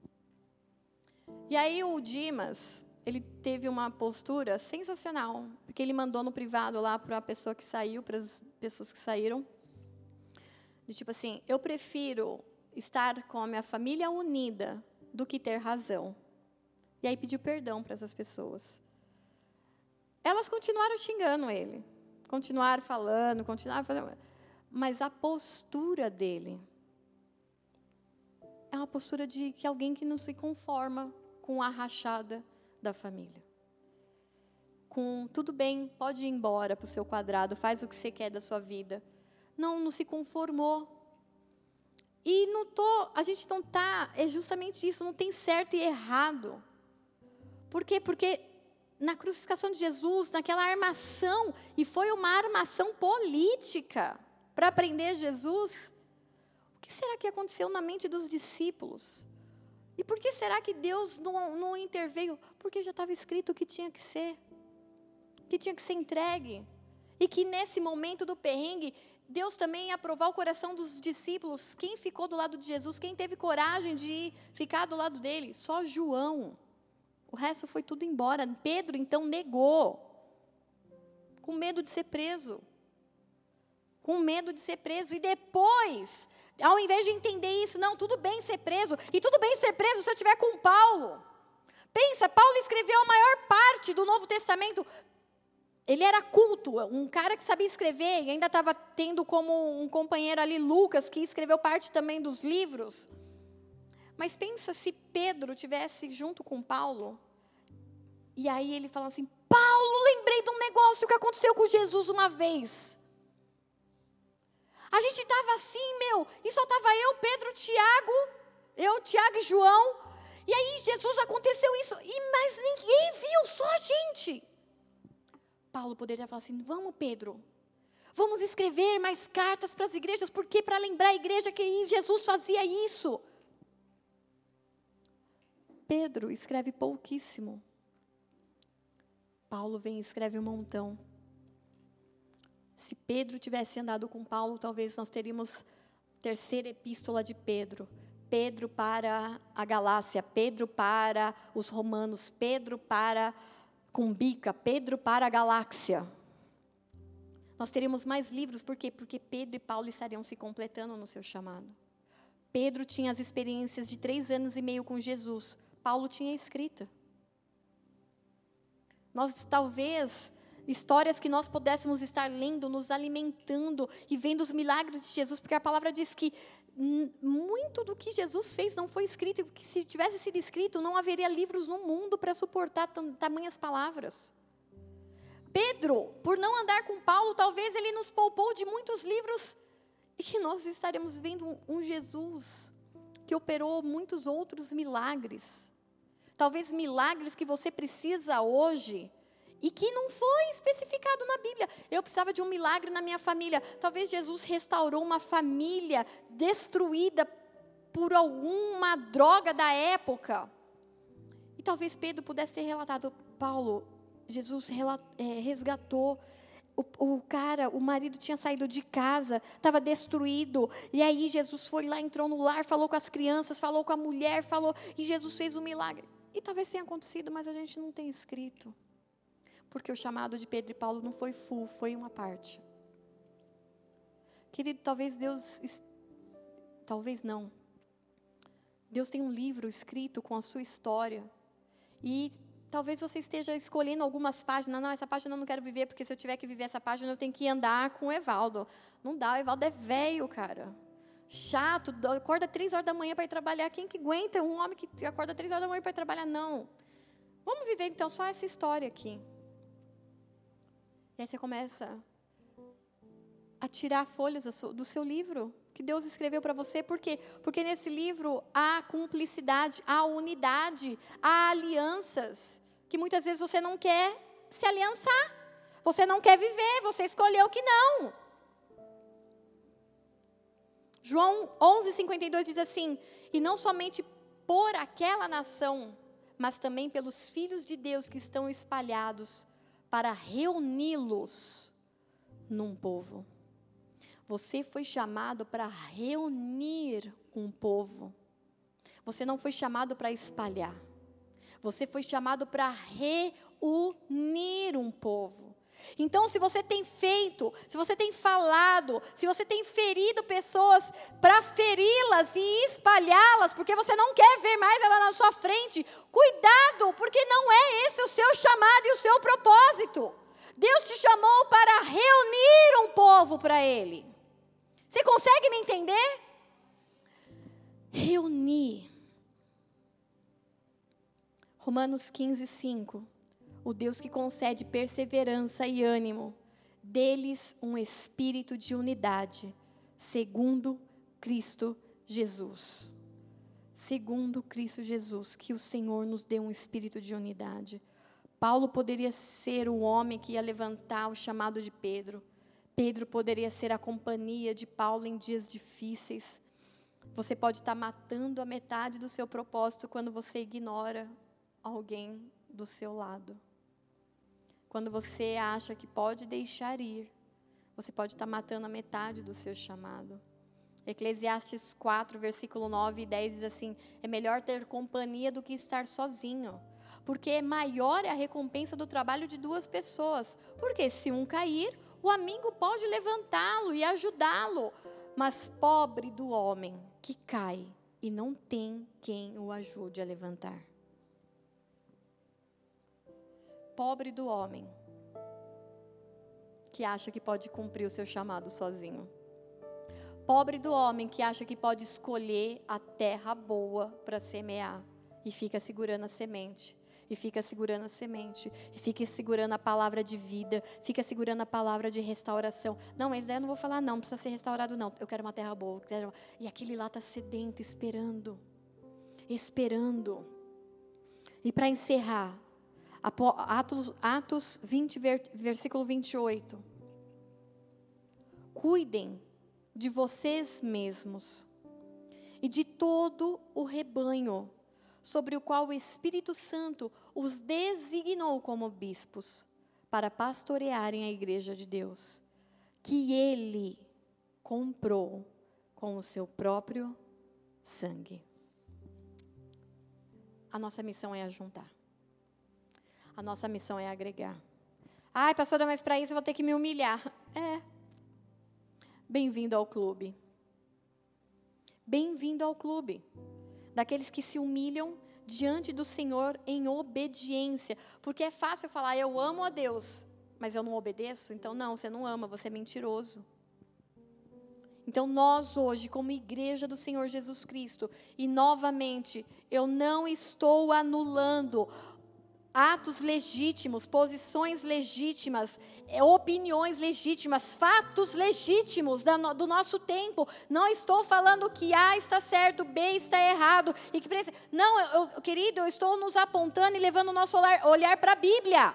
E aí o Dimas, ele teve uma postura sensacional, porque ele mandou no privado lá para a pessoa que saiu, para as pessoas que saíram, de tipo assim, eu prefiro estar com a minha família unida do que ter razão. E aí pediu perdão para essas pessoas. Elas continuaram xingando ele, continuaram falando, continuaram falando, mas a postura dele uma postura de que alguém que não se conforma com a rachada da família. Com, tudo bem, pode ir embora para o seu quadrado, faz o que você quer da sua vida. Não, não se conformou. E não tô, a gente não está, é justamente isso, não tem certo e errado. Por quê? Porque na crucificação de Jesus, naquela armação, e foi uma armação política para prender Jesus, o que será que aconteceu na mente dos discípulos? E por que será que Deus não, não interveio? Porque já estava escrito o que tinha que ser. Que tinha que ser entregue. E que nesse momento do perrengue, Deus também ia provar o coração dos discípulos. Quem ficou do lado de Jesus? Quem teve coragem de ficar do lado dele? Só João. O resto foi tudo embora. Pedro, então, negou. Com medo de ser preso. Com medo de ser preso. E depois, ao invés de entender isso, não, tudo bem ser preso. E tudo bem ser preso se eu estiver com Paulo. Pensa, Paulo escreveu a maior parte do Novo Testamento. Ele era culto, um cara que sabia escrever. E ainda estava tendo como um companheiro ali, Lucas, que escreveu parte também dos livros. Mas pensa se Pedro tivesse junto com Paulo. E aí ele falou assim, Paulo, lembrei de um negócio que aconteceu com Jesus uma vez. A gente estava assim, meu, e só estava eu, Pedro, Tiago, eu, Tiago e João. E aí Jesus aconteceu isso, e mas ninguém viu, só a gente. Paulo poderia falar assim, vamos Pedro, vamos escrever mais cartas para as igrejas, porque para lembrar a igreja que Jesus fazia isso. Pedro escreve pouquíssimo. Paulo vem e escreve um montão. Se Pedro tivesse andado com Paulo, talvez nós teríamos terceira epístola de Pedro. Pedro para a Galácia, Pedro para os romanos, Pedro para Cumbica, Pedro para a galáxia. Nós teríamos mais livros, por quê? Porque Pedro e Paulo estariam se completando no seu chamado. Pedro tinha as experiências de três anos e meio com Jesus. Paulo tinha escrita. Nós talvez, histórias que nós pudéssemos estar lendo, nos alimentando e vendo os milagres de Jesus, porque a palavra diz que muito do que Jesus fez não foi escrito, porque se tivesse sido escrito, não haveria livros no mundo para suportar tam, tamanhas palavras. Pedro, por não andar com Paulo, talvez ele nos poupou de muitos livros, e que nós estaremos vendo um, um Jesus que operou muitos outros milagres. Talvez milagres que você precisa hoje, e que não foi especificado na Bíblia. Eu precisava de um milagre na minha família. Talvez Jesus restaurou uma família destruída por alguma droga da época. E talvez Pedro pudesse ter relatado, Paulo, Jesus resgatou. O, o cara, o marido tinha saído de casa, estava destruído. E aí Jesus foi lá, entrou no lar, falou com as crianças, falou com a mulher, falou, e Jesus fez um milagre. E talvez tenha acontecido, mas a gente não tem escrito. Porque o chamado de Pedro e Paulo não foi full, foi uma parte. Querido, talvez Deus, talvez não. Deus tem um livro escrito com a sua história. E talvez você esteja escolhendo algumas páginas. Não, essa página eu não quero viver, porque se eu tiver que viver essa página, eu tenho que andar com o Evaldo. Não dá, o Evaldo é velho, cara. Chato, acorda três horas da manhã para ir trabalhar. Quem que aguenta um homem que acorda três horas da manhã para ir trabalhar? Não. Vamos viver então só essa história aqui. E aí você começa a tirar folhas do seu livro, que Deus escreveu para você. Por quê? Porque nesse livro há cumplicidade, há unidade, há alianças, que muitas vezes você não quer se aliançar. Você não quer viver, você escolheu que não. João onze, cinquenta e dois diz assim, e não somente por aquela nação, mas também pelos filhos de Deus que estão espalhados, para reuni-los num povo. Você foi chamado para reunir um povo. Você não foi chamado para espalhar. Você foi chamado para reunir um povo. Então, se você tem feito, se você tem falado, se você tem ferido pessoas para feri-las e espalhá-las, porque você não quer ver mais ela na sua frente, cuidado, porque não é esse o seu chamado e o seu propósito. Deus te chamou para reunir um povo para Ele. Você consegue me entender? reunir. Romanos quinze, cinco. O Deus que concede perseverança e ânimo, deles um espírito de unidade, segundo Cristo Jesus. Segundo Cristo Jesus, que o Senhor nos dê um espírito de unidade. Paulo poderia ser o homem que ia levantar o chamado de Pedro. Pedro poderia ser a companhia de Paulo em dias difíceis. Você pode estar matando a metade do seu propósito quando você ignora alguém do seu lado. Quando você acha que pode deixar ir, você pode estar matando a metade do seu chamado. Eclesiastes quatro, versículo nove e dez diz assim: é melhor ter companhia do que estar sozinho, porque maior é a recompensa do trabalho de duas pessoas. Porque se um cair, o amigo pode levantá-lo e ajudá-lo. Mas pobre do homem que cai e não tem quem o ajude a levantar. Pobre do homem que acha que pode cumprir o seu chamado sozinho. Pobre do homem que acha que pode escolher a terra boa para semear e fica segurando a semente, e fica segurando a semente, e fica segurando a palavra de vida, fica segurando a palavra de restauração. Não, mas eu não vou falar não, não precisa ser restaurado não, eu quero uma terra boa. Eu quero... E aquele lá está sedento, esperando, esperando. E para encerrar, Atos, Atos vinte, versículo vinte e oito. Cuidem de vocês mesmos e de todo o rebanho sobre o qual o Espírito Santo os designou como bispos para pastorearem a igreja de Deus, que Ele comprou com o seu próprio sangue. A nossa missão é ajuntar. A nossa missão é agregar. Ai, pastora, mas para isso eu vou ter que me humilhar. É. Bem-vindo ao clube. Bem-vindo ao clube. Daqueles que se humilham diante do Senhor em obediência. Porque é fácil falar, eu amo a Deus, mas eu não obedeço. Então não, você não ama, você é mentiroso. Então nós hoje, como igreja do Senhor Jesus Cristo, e novamente, eu não estou anulando atos legítimos, posições legítimas, opiniões legítimas, fatos legítimos do nosso tempo. Não estou falando que A está certo, B está errado. E que precisa... Não, eu, querido, eu estou nos apontando e levando o nosso olhar, olhar para a Bíblia.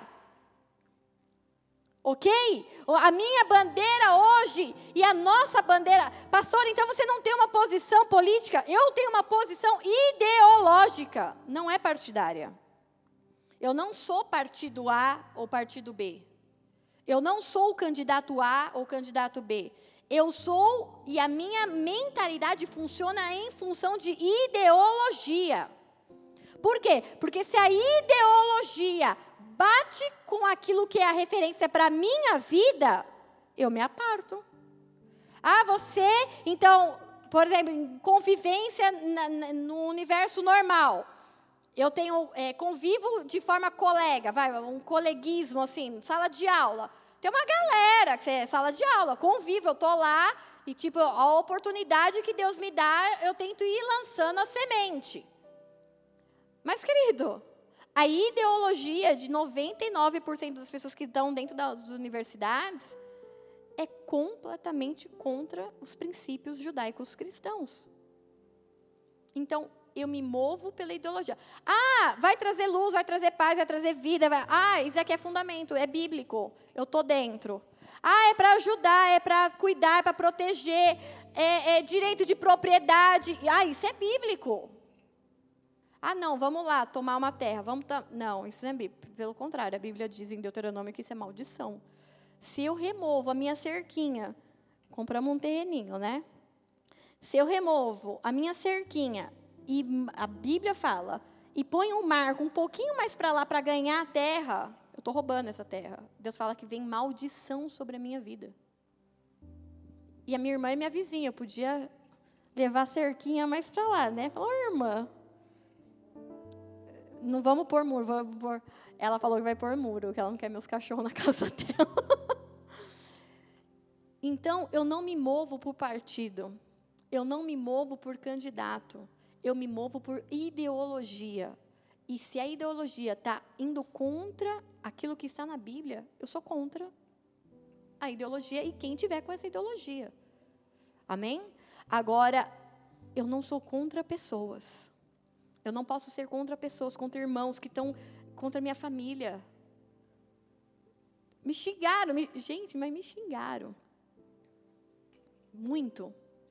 Ok? A minha bandeira hoje e a nossa bandeira... Pastor, então você não tem uma posição política? Eu tenho uma posição ideológica, não é partidária. Eu não sou partido A ou partido B. Eu não sou o candidato A ou candidato B. Eu sou, e a minha mentalidade funciona em função de ideologia. Por quê? Porque se a ideologia bate com aquilo que é a referência para a minha vida, eu me aparto. Ah, você, então, por exemplo, em convivência na, na, no universo normal... Eu tenho, é, convivo de forma colega, vai, um coleguismo, assim, sala de aula. Tem uma galera que é sala de aula, convivo, eu estou lá e, tipo, a oportunidade que Deus me dá, eu tento ir lançando a semente. Mas, querido, a ideologia de noventa e nove por cento das pessoas que estão dentro das universidades é completamente contra os princípios judaicos cristãos. Então, eu me movo pela ideologia. Ah, vai trazer luz, vai trazer paz, vai trazer vida. Vai... Ah, isso aqui é fundamento, é bíblico. Eu estou dentro. Ah, é para ajudar, é para cuidar, é para proteger. É, é direito de propriedade. Ah, isso é bíblico. Ah, não, vamos lá, tomar uma terra. Vamos ta... Não, isso não é bíblico. Pelo contrário, a Bíblia diz em Deuteronômio que isso é maldição. Se eu removo a minha cerquinha, compramos um terreninho, né? Se eu removo a minha cerquinha... E a Bíblia fala, e põe um marco um pouquinho mais para lá para ganhar a terra, eu estou roubando essa terra. Deus fala que vem maldição sobre a minha vida. E a minha irmã é minha vizinha, eu podia levar a cerquinha mais para lá, né? Falou, irmã, não vamos pôr muro, vamos pôr... Ela falou que vai pôr muro, que ela não quer meus cachorros na casa dela. Então, eu não me movo por partido. Eu não me movo por candidato, eu me movo por ideologia. E se a ideologia está indo contra aquilo que está na Bíblia, eu sou contra a ideologia e quem tiver com essa ideologia. Amém? Agora, eu não sou contra pessoas. Eu não posso ser contra pessoas, contra irmãos que estão contra a minha família. Me xingaram, me, gente, mas me xingaram. Muito.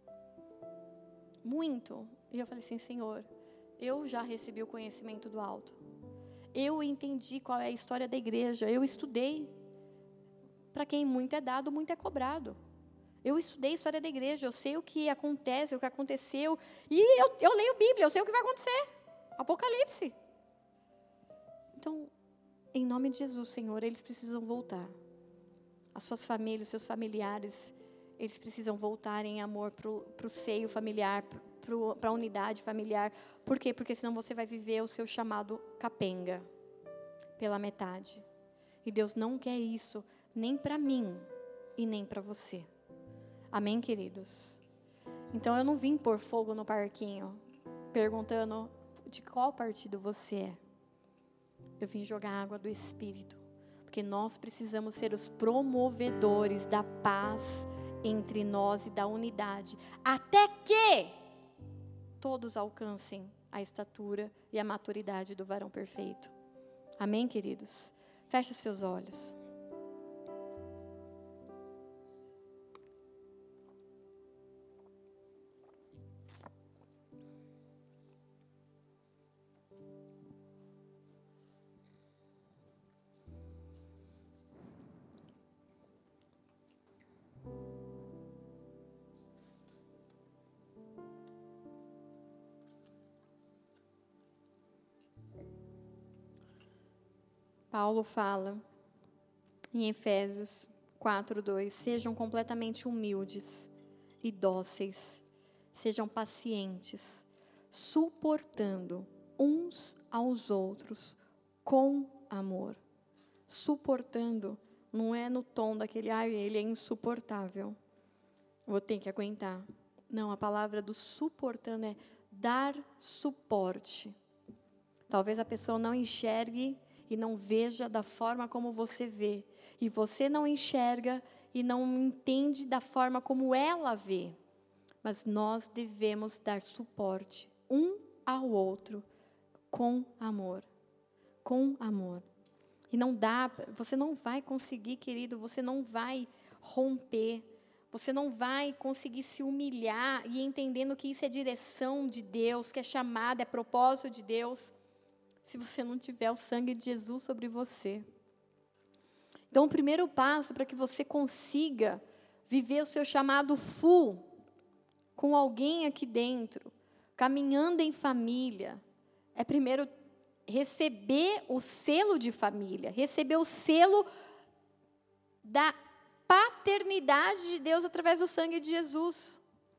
Muito. E eu falei assim, Senhor, eu já recebi o conhecimento do alto. Eu entendi qual é a história da igreja. Eu estudei. Para quem muito é dado, muito é cobrado. Eu estudei a história da igreja. Eu sei o que acontece, o que aconteceu. E eu, eu leio Bíblia, eu sei o que vai acontecer. Apocalipse. Então, em nome de Jesus, Senhor, eles precisam voltar. As suas famílias, os seus familiares, eles precisam voltar em amor para o seio familiar, para a unidade familiar. Por quê? Porque senão você vai viver o seu chamado capenga, pela metade. E Deus não quer isso, nem para mim e nem para você. Amém, queridos? Então, eu não vim pôr fogo no parquinho, perguntando de qual partido você é. Eu vim jogar água do Espírito, porque nós precisamos ser os promovedores da paz entre nós e da unidade, até que todos alcancem a estatura e a maturidade do varão perfeito. Amém, queridos? Feche os seus olhos. Paulo fala em Efésios quatro, dois, sejam completamente humildes e dóceis, sejam pacientes, suportando uns aos outros com amor. Suportando não é no tom daquele, ai, ele é insuportável, vou ter que aguentar. Não, a palavra do suportando é dar suporte. Talvez a pessoa não enxergue e não veja da forma como você vê. E você não enxerga e não entende da forma como ela vê. Mas nós devemos dar suporte um ao outro com amor. Com amor. E não dá, você não vai conseguir, querido, você não vai romper. Você não vai conseguir se humilhar e entendendo que isso é direção de Deus, que é chamada, é propósito de Deus, se você não tiver o sangue de Jesus sobre você. Então, o primeiro passo para que você consiga viver o seu chamado full, com alguém aqui dentro, caminhando em família, é primeiro receber o selo de família, receber o selo da paternidade de Deus através do sangue de Jesus.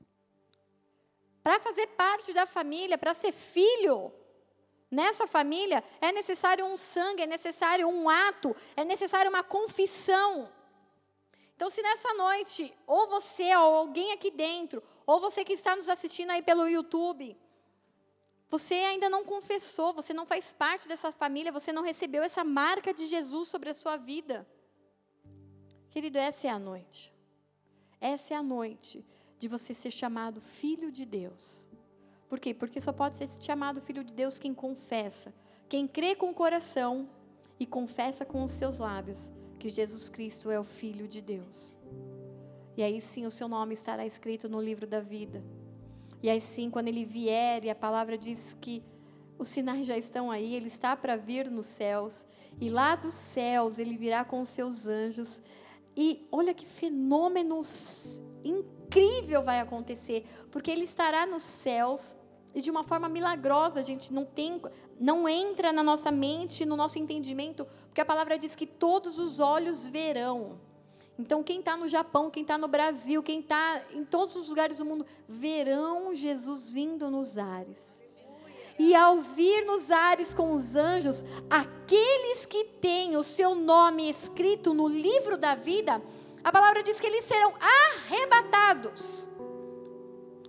Para fazer parte da família, para ser filho, nessa família, é necessário um sangue, é necessário um ato, é necessário uma confissão. Então, se nessa noite, ou você, ou alguém aqui dentro, ou você que está nos assistindo aí pelo YouTube, você ainda não confessou, você não faz parte dessa família, você não recebeu essa marca de Jesus sobre a sua vida. Querido, essa é a noite. Essa é a noite de você ser chamado filho de Deus. Por quê? Porque só pode ser chamado filho de Deus quem confessa, quem crê com o coração e confessa com os seus lábios que Jesus Cristo é o Filho de Deus. E aí sim o seu nome estará escrito no livro da vida. E aí sim, quando Ele vier, e a palavra diz que os sinais já estão aí, Ele está para vir nos céus, e lá dos céus Ele virá com os seus anjos, e olha que fenômeno incrível vai acontecer, porque Ele estará nos céus, e de uma forma milagrosa, a gente não tem, não entra na nossa mente, no nosso entendimento, porque a palavra diz que todos os olhos verão. Então, quem está no Japão, quem está no Brasil, quem está em todos os lugares do mundo, verão Jesus vindo nos ares. E ao vir nos ares com os anjos, aqueles que têm o seu nome escrito no livro da vida, a palavra diz que eles serão arrebatados.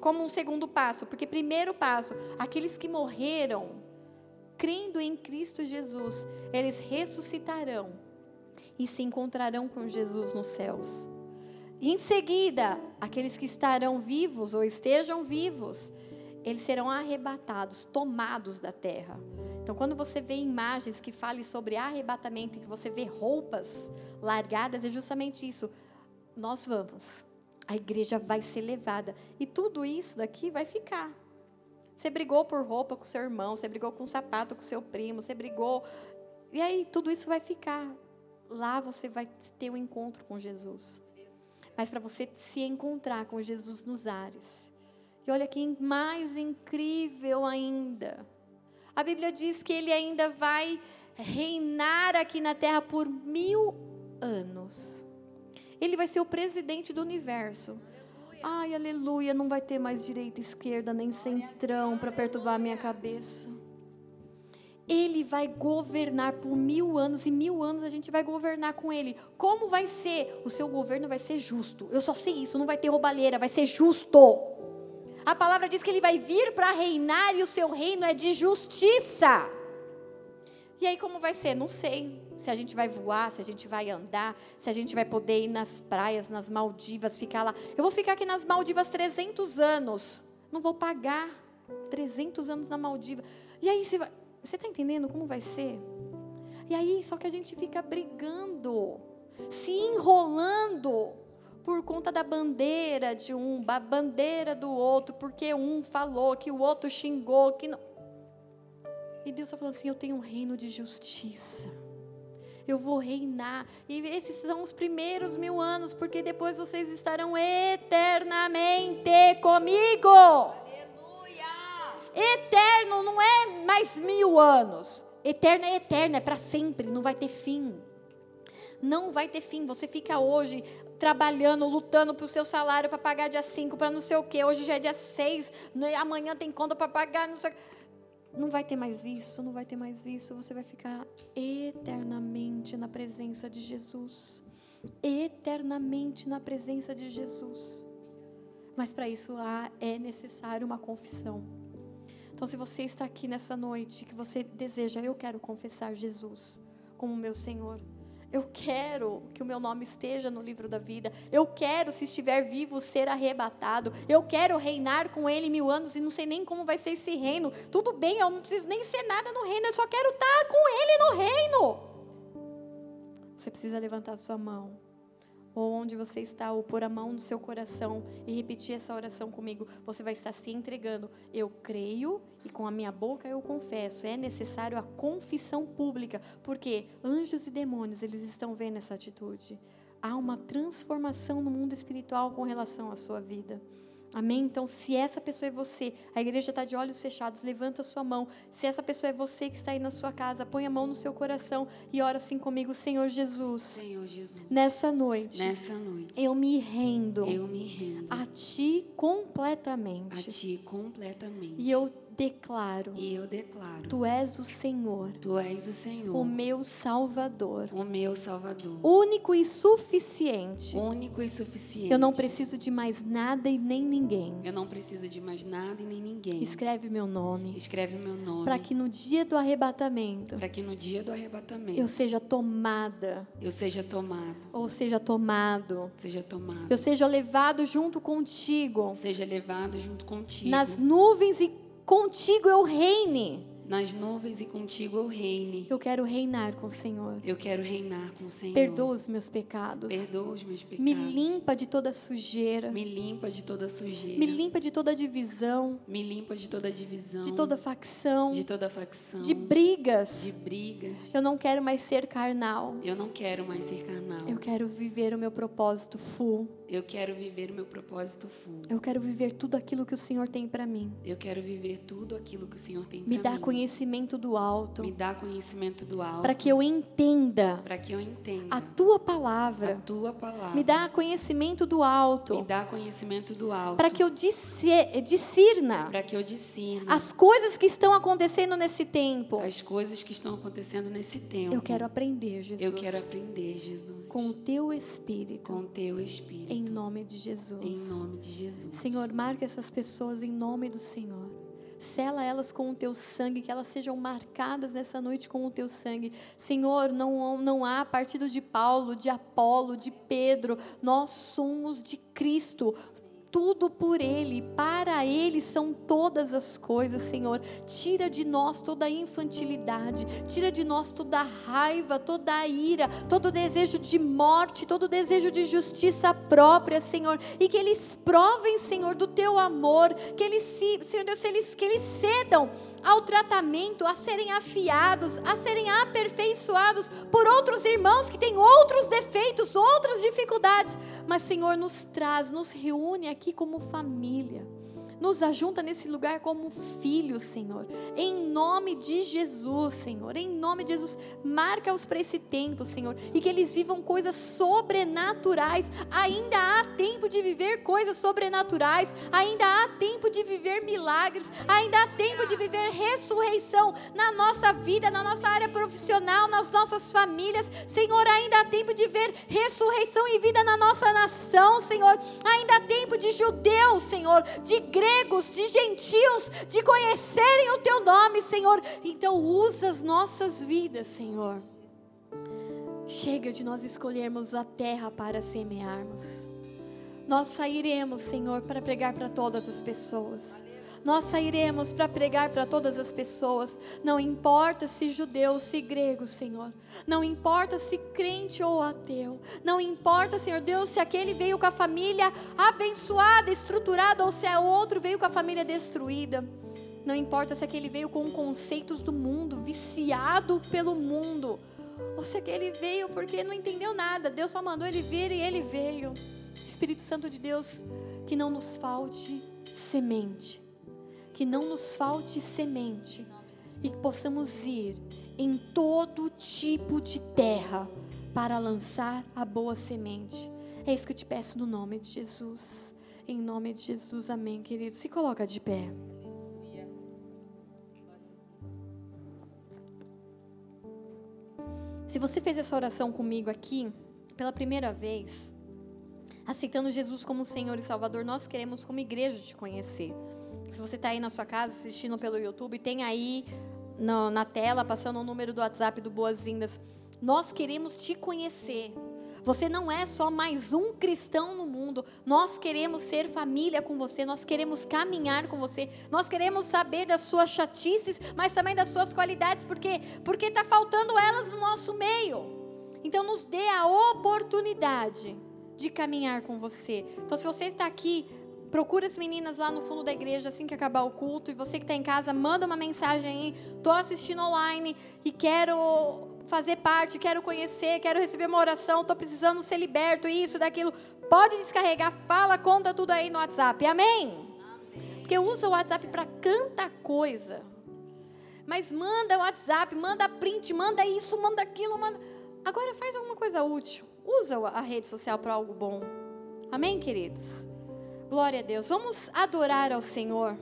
como um segundo passo, porque primeiro passo, aqueles que morreram, crendo em Cristo Jesus, eles ressuscitarão e se encontrarão com Jesus nos céus. E em seguida, aqueles que estarão vivos ou estejam vivos, eles serão arrebatados, tomados da terra. Então, quando você vê imagens que falem sobre arrebatamento, que você vê roupas largadas, é justamente isso. Nós vamos, a igreja vai ser levada, e tudo isso daqui vai ficar. Você brigou por roupa com seu irmão, você brigou com sapato com seu primo, você brigou, e aí tudo isso vai ficar. Lá você vai ter um encontro com Jesus. Mas para você se encontrar com Jesus nos ares. E olha que mais incrível ainda. A Bíblia diz que Ele ainda vai reinar aqui na terra por mil anos. Ele vai ser o presidente do universo. Aleluia. Ai, aleluia, não vai ter mais direita, esquerda, nem centrão para perturbar a minha cabeça. Ele vai governar por mil anos, e mil anos a gente vai governar com Ele. Como vai ser? O seu governo vai ser justo. Eu só sei isso, não vai ter roubalheira, vai ser justo. A palavra diz que Ele vai vir para reinar e o seu reino é de justiça. E aí como vai ser? Não sei. Se a gente vai voar, se a gente vai andar, se a gente vai poder ir nas praias, nas Maldivas, ficar lá. Eu vou ficar aqui nas Maldivas trezentos anos. Não vou pagar trezentos anos na Maldiva. E aí você vai... Você está entendendo como vai ser? E aí, só que a gente fica brigando, se enrolando por conta da bandeira de um, da bandeira do outro, porque um falou, que o outro xingou, que não. E Deus está falando assim, eu tenho um reino de justiça. Eu vou reinar. E esses são os primeiros mil anos, porque depois vocês estarão eternamente comigo. Eterno não é mais mil anos. Eterno é eterno, é para sempre, não vai ter fim. Não vai ter fim. Você fica hoje trabalhando, lutando para o seu salário, para pagar dia cinco, para não sei o quê. Hoje já é dia seis, amanhã tem conta para pagar, não sei. Não vai ter mais isso, não vai ter mais isso. Você vai ficar eternamente na presença de Jesus. Eternamente na presença de Jesus. Mas para isso lá é necessário uma confissão. Então, se você está aqui nessa noite, que você deseja, eu quero confessar Jesus como meu Senhor. Eu quero que o meu nome esteja no livro da vida. Eu quero, se estiver vivo, ser arrebatado. Eu quero reinar com Ele mil anos e não sei nem como vai ser esse reino. Tudo bem, eu não preciso nem ser nada no reino, eu só quero estar com Ele no reino. Você precisa levantar a sua mão. Ou onde você está, ou pôr a mão no seu coração e repetir essa oração comigo. Você vai estar se entregando. Eu creio e com a minha boca eu confesso. É necessário a confissão pública, porque anjos e demônios, eles estão vendo essa atitude. Há uma transformação no mundo espiritual com relação à sua vida. Amém? Então, se essa pessoa é você, a igreja está de olhos fechados, levanta a sua mão. Se essa pessoa é você que está aí na sua casa, põe a mão no seu coração e ora assim comigo, Senhor Jesus. Senhor Jesus. Nessa noite. Nessa noite. Eu me rendo. Eu me rendo. A Ti completamente. A Ti completamente. E eu declaro. E eu declaro. Tu és o Senhor. Tu és o Senhor. O meu Salvador. O meu Salvador. Único e suficiente. Único e suficiente. Eu não preciso de mais nada e nem ninguém. Eu não preciso de mais nada e nem ninguém. Escreve meu nome. Escreve meu nome. Para que no dia do arrebatamento. Para que no dia do arrebatamento. Eu seja tomada. Eu seja tomado. Ou seja tomado. Seja tomado. Eu seja levado junto contigo. Seja levado junto contigo. Nas nuvens e contigo eu reine. Nas nuvens e contigo eu reine. Eu quero reinar com o Senhor. Eu quero reinar com o Senhor. Perdoa os meus pecados. Perdoa os meus pecados. Me limpa de toda sujeira. Me limpa de toda sujeira. Me limpa de toda divisão. Me limpa de toda divisão. De toda facção. De toda facção. De brigas. De brigas. Eu não quero mais ser carnal. Eu não quero mais ser carnal. Eu quero viver o meu propósito full. Eu quero viver o meu propósito full. Eu quero viver tudo aquilo que o Senhor tem para mim. Eu quero viver tudo aquilo que o Senhor tem para Me mim. dá conhecimento conhecimento do alto, Me dá conhecimento do alto. para que eu entenda Para que eu entenda a tua a palavra. tua palavra. Me dá conhecimento do Me alto, dá conhecimento do alto. para que eu disce- discirna Para que eu discirna as coisas que estão acontecendo nesse tempo. as coisas que estão acontecendo nesse tempo. Eu quero aprender, Jesus, Eu quero aprender, Jesus. com o teu Espírito, Com o teu Espírito. em nome de Jesus. Em nome de Jesus. Senhor, marca essas pessoas em nome do Senhor. Sela elas com o teu sangue, que elas sejam marcadas nessa noite com o teu sangue. Senhor, não, não há partido de Paulo, de Apolo, de Pedro. Nós somos de Cristo. Tudo por Ele, para Ele são todas as coisas, Senhor. Tira de nós toda a infantilidade, tira de nós toda a raiva, toda a ira, todo o desejo de morte, todo o desejo de justiça própria, Senhor. E que eles provem, Senhor, do Teu amor, que eles, se, Senhor Deus, eles, que eles cedam ao tratamento, a serem afiados, a serem aperfeiçoados por outros irmãos que têm outros defeitos, outras dificuldades. Mas, Senhor, nos traz, nos reúne aqui como família. Nos ajunta nesse lugar como filhos, Senhor. Em nome de Jesus, Senhor. Em nome de Jesus. Marca-os para esse tempo, Senhor. E que eles vivam coisas sobrenaturais. Ainda há tempo de viver coisas sobrenaturais. Ainda há tempo de viver milagres. Ainda há tempo de viver ressurreição na nossa vida, na nossa área profissional, nas nossas famílias. Senhor, ainda há tempo de ver ressurreição e vida na nossa nação, Senhor. Ainda há tempo de judeus, Senhor, de igrejas, de gentios, de conhecerem o Teu nome, Senhor. Então usa as nossas vidas, Senhor. Chega de nós escolhermos a terra para semearmos. Nós sairemos, Senhor, para pregar para todas as pessoas. Nós sairemos para pregar para todas as pessoas. Não importa se judeu, se grego, Senhor. Não importa se crente ou ateu. Não importa, Senhor Deus, se aquele veio com a família abençoada, estruturada, ou se é outro veio com a família destruída. Não importa se aquele veio com conceitos do mundo, viciado pelo mundo, ou se aquele veio porque não entendeu nada. Deus só mandou ele vir e ele veio. Espírito Santo de Deus, que não nos falte semente. Que não nos falte semente e que possamos ir em todo tipo de terra para lançar a boa semente. É isso que eu te peço no nome de Jesus. Em nome de Jesus, amém, querido. Se coloca de pé. Se você fez essa oração comigo aqui, pela primeira vez, aceitando Jesus como Senhor e Salvador, nós queremos como igreja te conhecer. Se você está aí na sua casa assistindo pelo YouTube, tem aí no, na tela, passando o número do WhatsApp do Boas-Vindas. Nós queremos te conhecer. Você não é só mais um cristão no mundo. Nós queremos ser família com você. Nós queremos caminhar com você. Nós queremos saber das suas chatices, mas também das suas qualidades, porque porque está faltando elas no nosso meio. Então nos dê a oportunidade de caminhar com você. Então se você está aqui, procura as meninas lá no fundo da igreja assim que acabar o culto. E você que está em casa, manda uma mensagem aí. Estou assistindo online e quero fazer parte, quero conhecer, quero receber uma oração. Estou precisando ser liberto, isso, daquilo. Pode descarregar, fala, conta tudo aí no WhatsApp. Amém? Amém. Porque usa o WhatsApp para tanta coisa. Mas manda o WhatsApp, manda print, manda isso, manda aquilo. Manda... Agora faz alguma coisa útil. Usa a rede social para algo bom. Amém, queridos? Glória a Deus. Vamos adorar ao Senhor,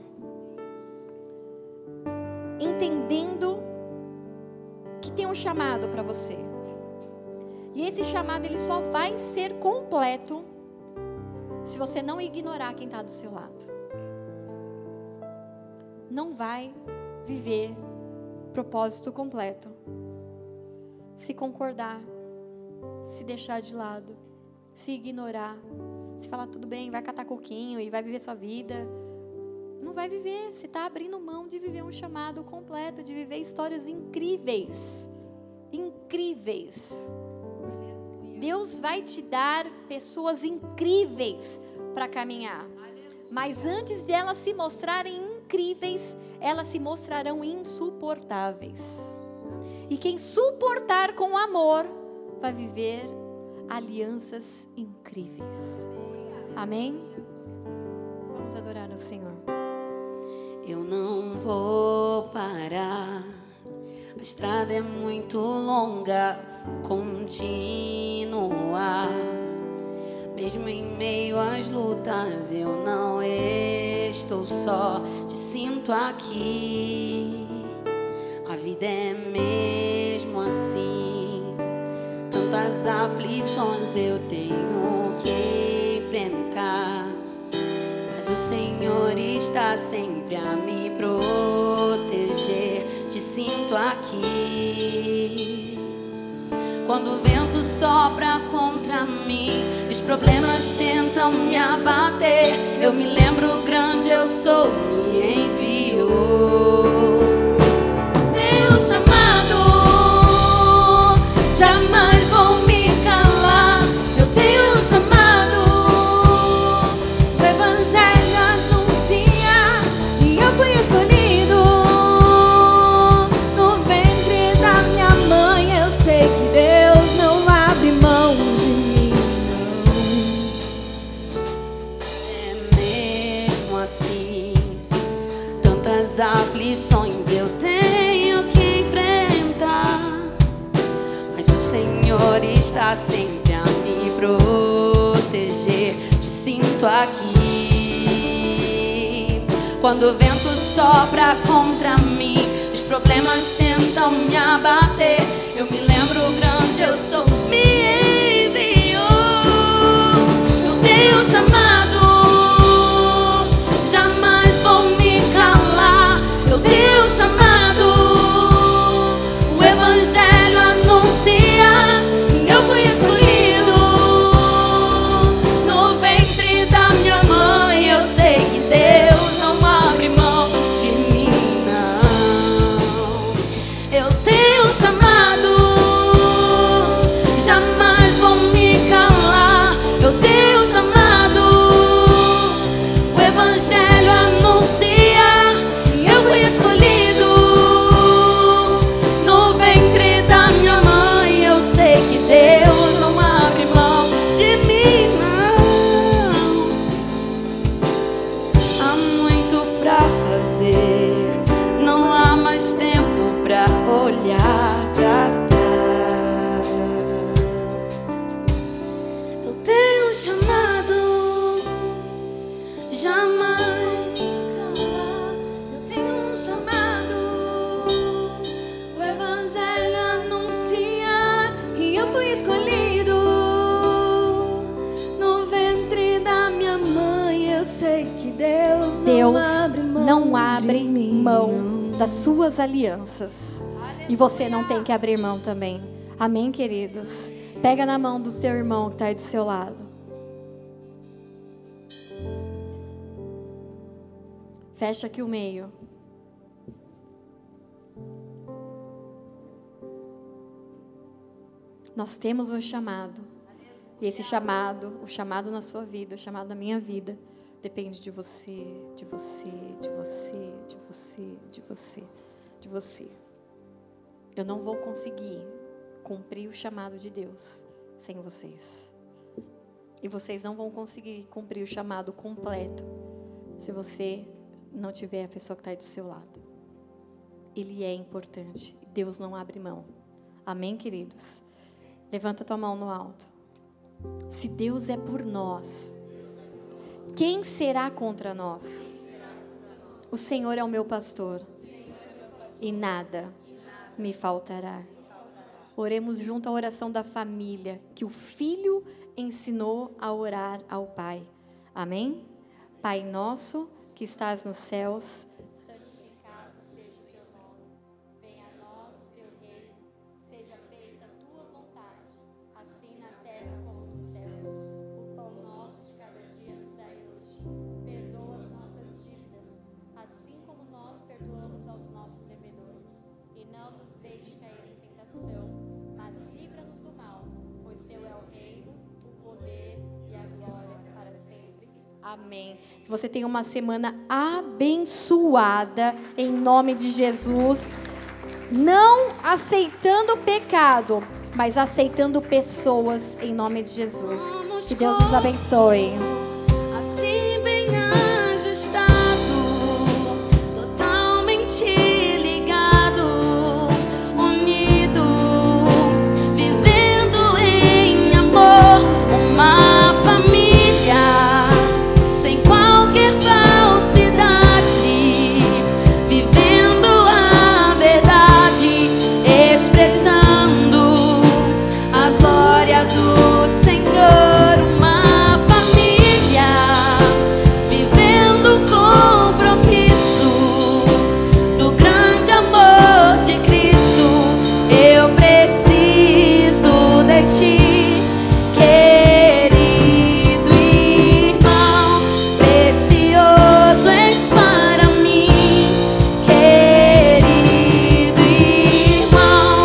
entendendo que tem um chamado para você. E esse chamado ele só vai ser completo se você não ignorar quem está do seu lado. Não vai viver propósito completo se concordar, se deixar de lado, se ignorar. Se falar tudo bem, vai catar coquinho e vai viver sua vida. Não vai viver. Você está abrindo mão de viver um chamado completo, de viver histórias incríveis. Incríveis. Deus vai te dar pessoas incríveis para caminhar. Mas antes de elas se mostrarem incríveis, elas se mostrarão insuportáveis. E quem suportar com amor, vai viver alianças incríveis. Amém? Vamos adorar ao Senhor. Eu não vou parar. A estrada é muito longa, vou continuar. Mesmo em meio às lutas, eu não estou só. Te sinto aqui. A vida é mesmo assim. Tantas aflições eu tenho que enfrentar, mas o Senhor está sempre a me proteger. Te sinto aqui. Quando o vento sopra contra mim, os problemas tentam me abater, eu me lembro grande eu sou, me enviou. Tenho chamado, jamais vou me calar. Eu tenho chamado, o Evangelho anuncia, e eu fui escolhido no ventre da minha mãe. Eu sei que Deus não abre mão de mim, não. É mesmo assim. Tantas aflições eu tenho que enfrentar, mas o Senhor está sempre a me proteger. Te sinto aqui. Quando o vento sopra contra mim, os problemas tentam me abater, eu me lembro grande eu sou, me enviou. Eu tenho chamado, jamais vou me calar. Eu tenho chamado, o Evangelho anuncia, e eu fui escolhido no ventre da minha mãe. Eu sei que Deus não abre mão de mim, não. Eu tenho chamado, jamais vou me calar. Eu tenho chamado, o Evangelho anuncia, e eu fui escolhido no ventre da minha mãe. Eu sei que Deus não abre mão de mim, não. Há muito pra fazer, não há mais tempo pra olhar pra trás. Eu tenho chamado, jamais calar. Eu tenho um chamado, o Evangelho anuncia, e eu fui escolhido no ventre da minha mãe. Eu sei que Deus, Deus não abre mão, não abre de mim, mão não. das suas alianças. E você não tem que abrir mão também. Amém, queridos? Pega na mão do seu irmão que está aí do seu lado. Fecha aqui o meio. Nós temos um chamado. E esse chamado, o chamado na sua vida, o chamado na minha vida, depende de você, de você, de você, de você, de você, de você. Eu não vou conseguir cumprir o chamado de Deus sem vocês. E vocês não vão conseguir cumprir o chamado completo se você não tiver a pessoa que está aí do seu lado. Ele é importante. Deus não abre mão. Amém, queridos? Levanta tua mão no alto. Se Deus é por nós, quem será contra nós? O Senhor é o meu pastor, e nada me faltará. Oremos junto à oração da família, que o Filho ensinou a orar ao Pai. Amém? Pai nosso, que estás nos céus, santificado seja o teu nome. Venha a nós o teu reino. Seja feita a tua vontade, assim na terra como nos céus. O pão nosso de cada dia nos dai hoje. Perdoa as nossas dívidas, assim como nós perdoamos aos nossos devedores. E não nos deixe cair em tentação, mas livra-nos do mal, pois teu é o reino, o poder e a glória para sempre. amém. Que você tenha uma semana abençoada, em nome de Jesus. Não aceitando o pecado, mas aceitando pessoas, em nome de Jesus. Que Deus nos abençoe. Assim